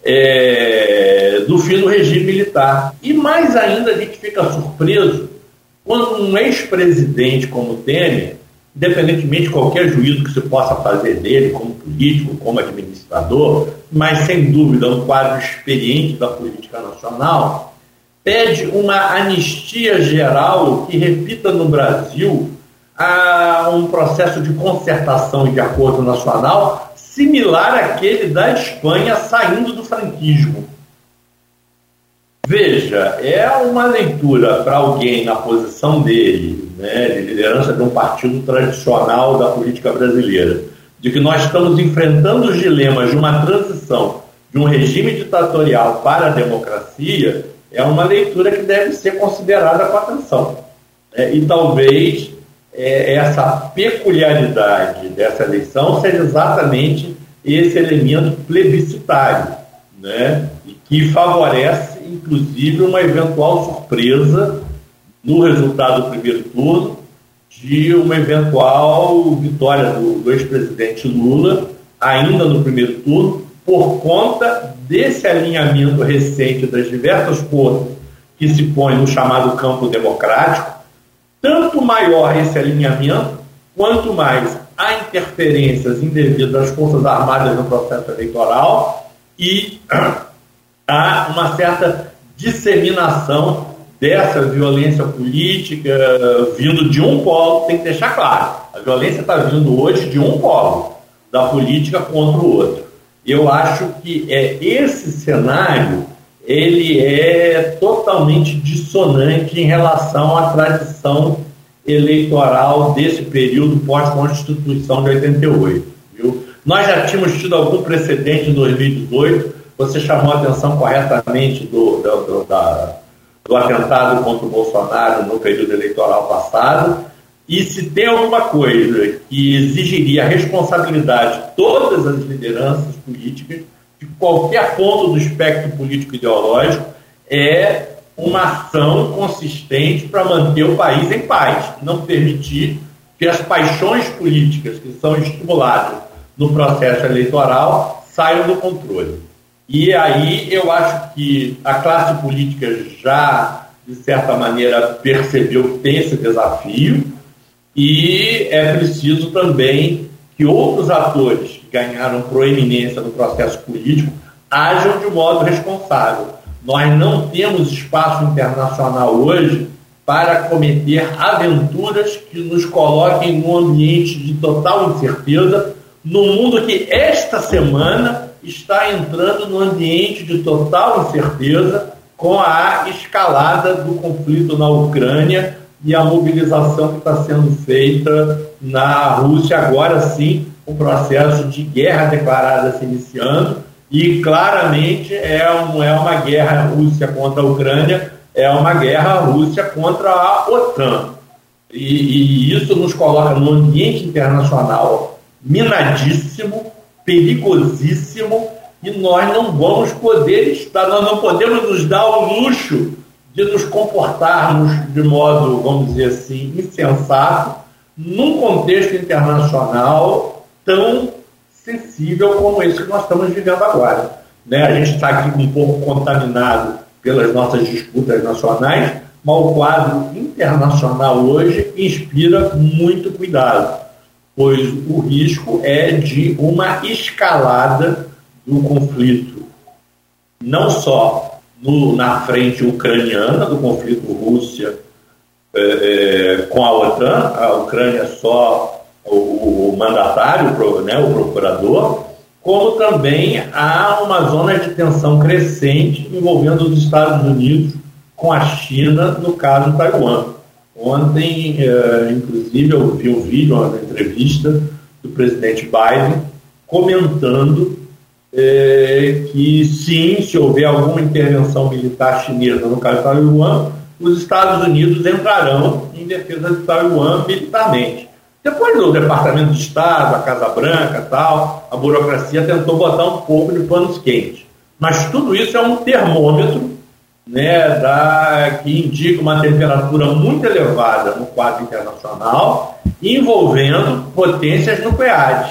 é, do fim do regime militar. E mais ainda a gente fica surpreso quando um ex-presidente como Temer, independentemente de qualquer juízo que se possa fazer dele como político, como administrador, mas sem dúvida um quadro experiente da política nacional, pede uma anistia geral que repita no Brasil a um processo de concertação e de acordo nacional similar àquele da Espanha saindo do franquismo. Veja, é uma leitura para alguém na posição dele, né, de liderança de um partido tradicional da política brasileira, de que nós estamos enfrentando os dilemas de uma transição de um regime ditatorial para a democracia, é uma leitura que deve ser considerada com atenção. É, e talvez é, essa peculiaridade dessa eleição seja exatamente esse elemento plebiscitário, né, e que favorece, inclusive, uma eventual surpresa no resultado do primeiro turno, de uma eventual vitória do, do ex-presidente Lula, ainda no primeiro turno, por conta desse alinhamento recente das diversas forças que se põem no chamado campo democrático. Tanto maior esse alinhamento, quanto mais há interferências indevidas das Forças Armadas no processo eleitoral e há uma certa disseminação dessa violência política vindo de um polo. Tem que deixar claro, a violência está vindo hoje de um polo, da política contra o outro. Eu acho que é, esse cenário ele é totalmente dissonante em relação à tradição eleitoral desse período pós-Constituição de oitenta e oito. Viu? Nós já tínhamos tido algum precedente em dois mil e dezoito, você chamou a atenção corretamente do, do, do, da, do atentado contra o Bolsonaro no período eleitoral passado, e se tem alguma coisa que exigiria a responsabilidade de todas as lideranças políticas, de qualquer ponto do espectro político-ideológico, é uma ação consistente para manter o país em paz, não permitir que as paixões políticas que são estimuladas no processo eleitoral saiam do controle. E aí eu acho que a classe política já, de certa maneira, percebeu que tem esse desafio, e é preciso também que outros atores que ganharam proeminência no processo político ajam de modo responsável. Nós não temos espaço internacional hoje para cometer aventuras que nos coloquem num ambiente de total incerteza, no mundo que esta semana está entrando num ambiente de total incerteza com a escalada do conflito na Ucrânia e a mobilização que está sendo feita na Rússia, agora sim, o processo de guerra declarada se iniciando, e claramente é, um, é uma guerra Rússia contra a Ucrânia, é uma guerra Rússia contra a OTAN. E, e isso nos coloca num ambiente internacional minadíssimo, perigosíssimo, e nós não vamos poder estar, nós não podemos nos dar o luxo de nos comportarmos de modo, vamos dizer assim, insensato, num contexto internacional tão sensível como esse que nós estamos vivendo agora. Né? A gente está aqui um pouco contaminado pelas nossas disputas nacionais, mas o quadro internacional hoje inspira muito cuidado, pois o risco é de uma escalada do conflito, não só no, na frente ucraniana, do conflito Rússia é, é, com a OTAN, a Ucrânia é só o, o mandatário, né, o procurador, como também há uma zona de tensão crescente envolvendo os Estados Unidos com a China, no caso Taiwan. Ontem, é, inclusive, eu vi um vídeo, uma entrevista do presidente Biden comentando é, que sim, se houver alguma intervenção militar chinesa no caso de Taiwan, os Estados Unidos entrarão em defesa de Taiwan militarmente. Depois do Departamento de Estado, a Casa Branca e tal, a burocracia tentou botar um pouco de panos quentes. Mas tudo isso é um termômetro, né, da, que indica uma temperatura muito elevada no quadro internacional, envolvendo potências nucleares.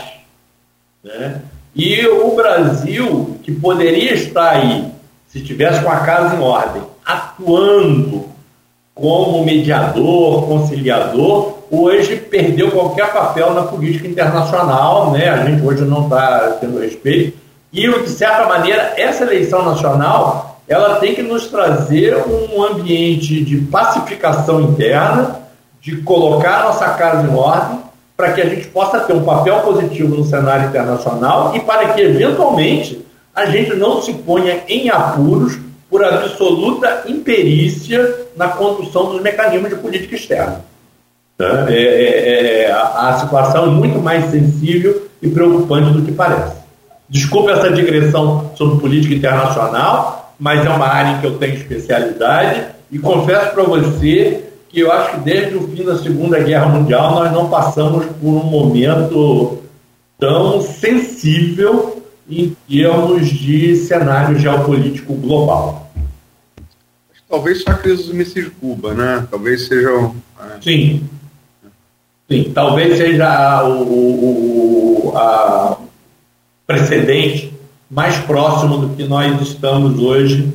Né? E o Brasil, que poderia estar aí, se estivesse com a casa em ordem, atuando como mediador, conciliador, hoje perdeu qualquer papel na política internacional, né? A gente hoje não está tendo respeito. E, de certa maneira, essa eleição nacional, ela tem que nos trazer um ambiente de pacificação interna, de colocar a nossa casa em ordem, para que a gente possa ter um papel positivo no cenário internacional e para que, eventualmente, a gente não se ponha em apuros por absoluta imperícia na condução dos mecanismos de política externa. É, é, é, a, a situação é muito mais sensível e preocupante do que parece. Desculpa essa digressão sobre política internacional, mas é uma área em que eu tenho especialidade e confesso para você que eu acho que desde o fim da Segunda Guerra Mundial nós não passamos por um momento tão sensível em termos de cenário geopolítico global. Talvez só a crise dos mísseis de Cuba, né? Talvez seja... É... Sim. Sim, talvez seja o, o, o a precedente mais próximo do que nós estamos hoje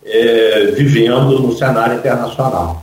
é, vivendo no cenário internacional.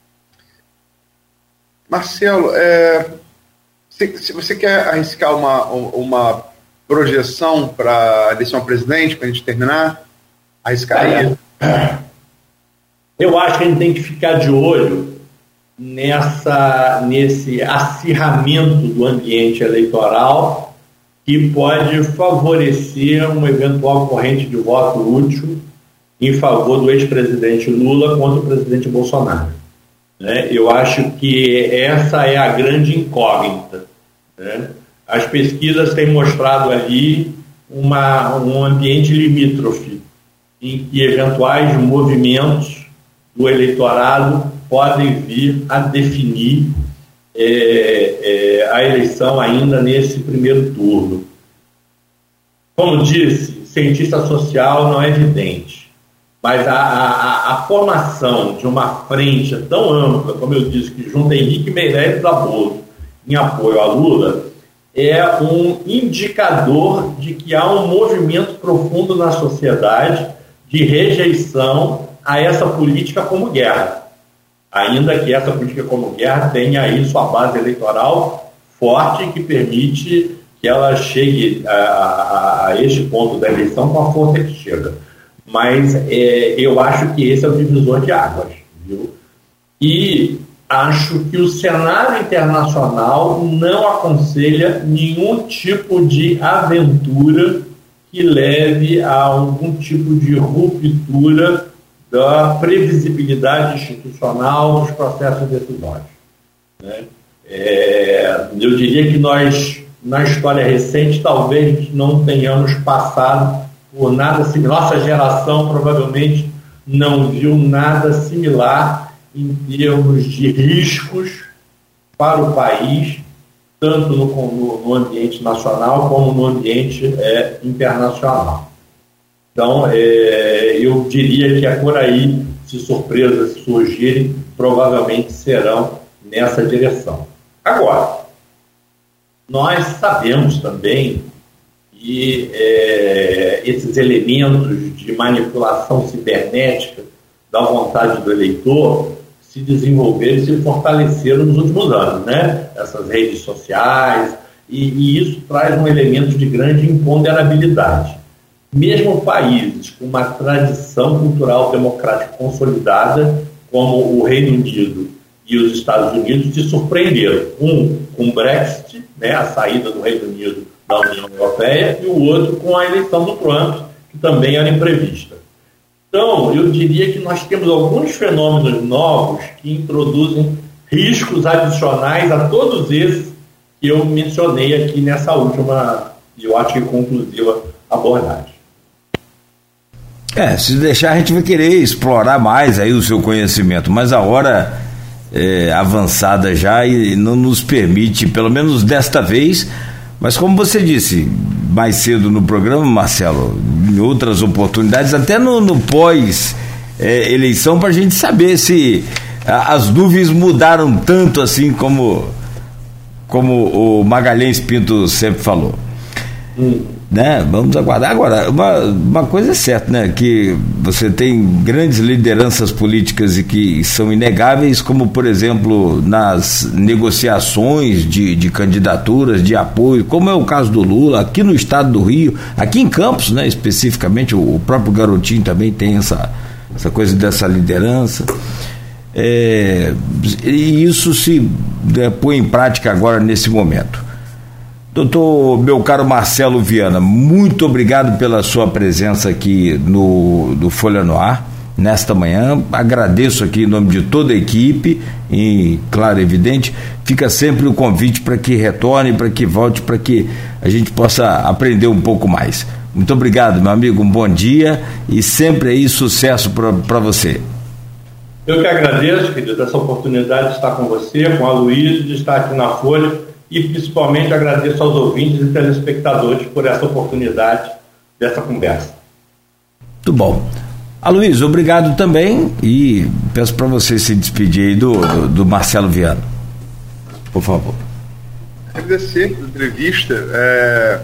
Marcelo, é, se, se você quer arriscar uma, uma projeção para a eleição presidente, para a gente terminar, arriscaria? É. Eu acho que a gente tem que ficar de olho nessa, nesse acirramento do ambiente eleitoral que pode favorecer uma eventual corrente de voto útil em favor do ex-presidente Lula contra o presidente Bolsonaro. Né? Eu acho que essa é a grande incógnita. Né? As pesquisas têm mostrado ali uma, um ambiente limítrofe em que eventuais movimentos do eleitorado podem vir a definir é, é, a eleição ainda nesse primeiro turno. Como disse, cientista social não é evidente, mas a, a, a formação de uma frente tão ampla, como eu disse, que junta Henrique Meirelles Zabolo em apoio a Lula, é um indicador de que há um movimento profundo na sociedade de rejeição a essa política como guerra, ainda que essa política como guerra tenha aí sua base eleitoral forte, que permite que que ela chegue a, a, a este ponto da eleição com a força que chega. Mas é, eu acho que esse é o divisor de águas, viu? E acho que o cenário internacional não aconselha nenhum tipo de aventura que leve a algum tipo de ruptura da previsibilidade institucional dos processos decisórios, né? É, eu diria que nós, na história recente, talvez não tenhamos passado por nada similar. Nossa geração provavelmente não viu nada similar em termos de riscos para o país, tanto no, no, no ambiente nacional como no ambiente é, internacional. Então, é, eu diria que é por aí, se surpresas surgirem, provavelmente serão nessa direção. Agora, nós sabemos também que é, esses elementos de manipulação cibernética da vontade do eleitor se desenvolveram e se fortaleceram nos últimos anos, né? Essas redes sociais, e, e isso traz um elemento de grande imponderabilidade. Mesmo países com uma tradição cultural democrática consolidada, como o Reino Unido e os Estados Unidos, se surpreenderam. Um com o Brexit, né, a saída do Reino Unido da União Europeia, e o outro com a eleição do Trump, que também era imprevista. Então, eu diria que nós temos alguns fenômenos novos que introduzem riscos adicionais a todos esses que eu mencionei aqui nessa última, eu acho que conclusiva, abordagem. É, se deixar a gente vai querer explorar mais aí o seu conhecimento, mas a hora é avançada já e não nos permite, pelo menos desta vez, mas como você disse mais cedo no programa, Marcelo, em outras oportunidades, até no, no pós-eleição, é, para a gente saber se a, as nuvens mudaram tanto assim como, como o Magalhães Pinto sempre falou. Hum. Né? Vamos aguardar. Agora, uma, uma coisa é certa, né? Que você tem grandes lideranças políticas e que são inegáveis, como por exemplo nas negociações de, de candidaturas, de apoio, como é o caso do Lula aqui no estado do Rio, aqui em Campos, né? Especificamente, o, o próprio Garotinho também tem essa, essa coisa dessa liderança. É, e isso se é, põe em prática agora nesse momento. Doutor, meu caro Marcelo Viana, muito obrigado pela sua presença aqui no, no Folha no Ar, nesta manhã. Agradeço aqui em nome de toda a equipe e, claro, evidente, fica sempre o convite para que retorne, para que volte, para que a gente possa aprender um pouco mais. Muito obrigado, meu amigo, um bom dia e sempre aí sucesso para você. Eu que agradeço, querido, essa oportunidade de estar com você, com a Luísa, de estar aqui na Folha. E principalmente agradeço aos ouvintes e telespectadores por essa oportunidade dessa conversa. Muito bom. Aloysio, obrigado também e peço para você se despedir aí do, do, do Marcelo Viana. Por favor. Agradecer pela entrevista. É...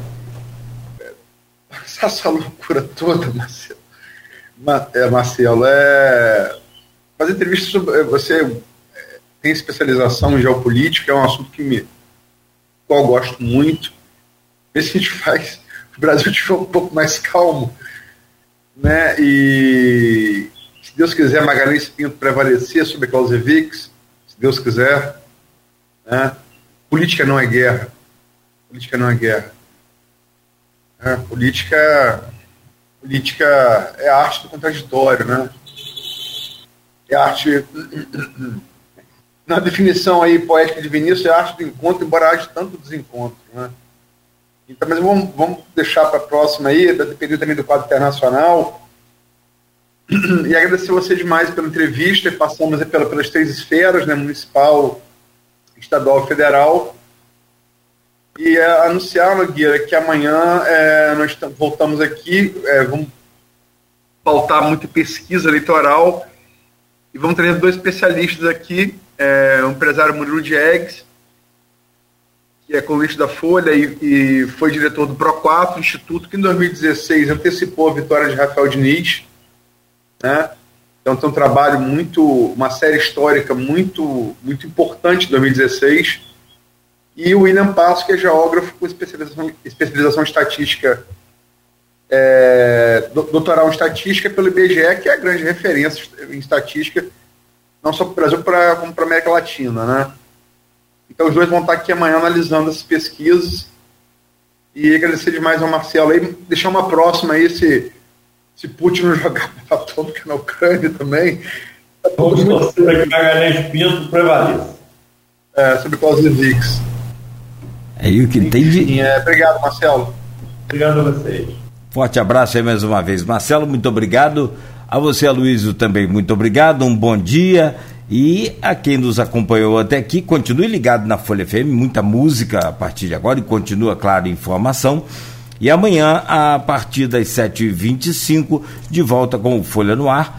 Essa loucura toda, Marcelo. É, Marcelo, é... fazer entrevista sobre... Você tem especialização em geopolítica, é um assunto que me qual eu gosto muito. Ver se a gente faz o Brasil estiver um pouco mais calmo, né? E se Deus quiser, Magalhães Pinto prevalecer sobre a Clausewitz, se Deus quiser, né? Política não é guerra. Política não é guerra. É, política, política é a arte do contraditório, né? É a arte... Na definição aí poética de Vinícius, é a arte do encontro, embora haja tanto desencontro, né? Então, mas vamos, vamos deixar para a próxima aí, dependendo também do quadro internacional. E agradecer a você demais pela entrevista. Passamos aí pela, pelas três esferas, né? Municipal, estadual e federal. E é, anunciar, Nogueira, que amanhã é, nós voltamos aqui, é, vamos pautar muito pesquisa eleitoral e vamos trazer dois especialistas aqui. É, o empresário Murilo Diegues, que é colunista da Folha e, e foi diretor do Pro quatro, instituto que em dois mil e dezesseis antecipou a vitória de Rafael Diniz, né? Então tem um trabalho muito, uma série histórica muito, muito importante em dois mil e dezesseis. e o William Passo, que é geógrafo com especialização, especialização em estatística, é, doutoral em estatística pelo I B G E, que é a grande referência em estatística, não só para o Brasil, pra, como para a América Latina, né? Então os dois vão estar aqui amanhã analisando essas pesquisas, e agradecer demais ao Marcelo aí, deixar uma próxima aí, se, se Putin não jogar atômica na Ucrânia também. Vamos torcer para que Magalhães Pinto prevaleça. É, sobre Clausewitz. É aí o que tem de... É, obrigado, Marcelo. Obrigado a vocês. Forte abraço aí mais uma vez, Marcelo, muito obrigado. A você, Aloysio, também muito obrigado, um bom dia. E a quem nos acompanhou até aqui, continue ligado na Folha F M, muita música a partir de agora e continua, claro, informação. E amanhã, a partir das sete e vinte e cinco, de volta com o Folha no Ar.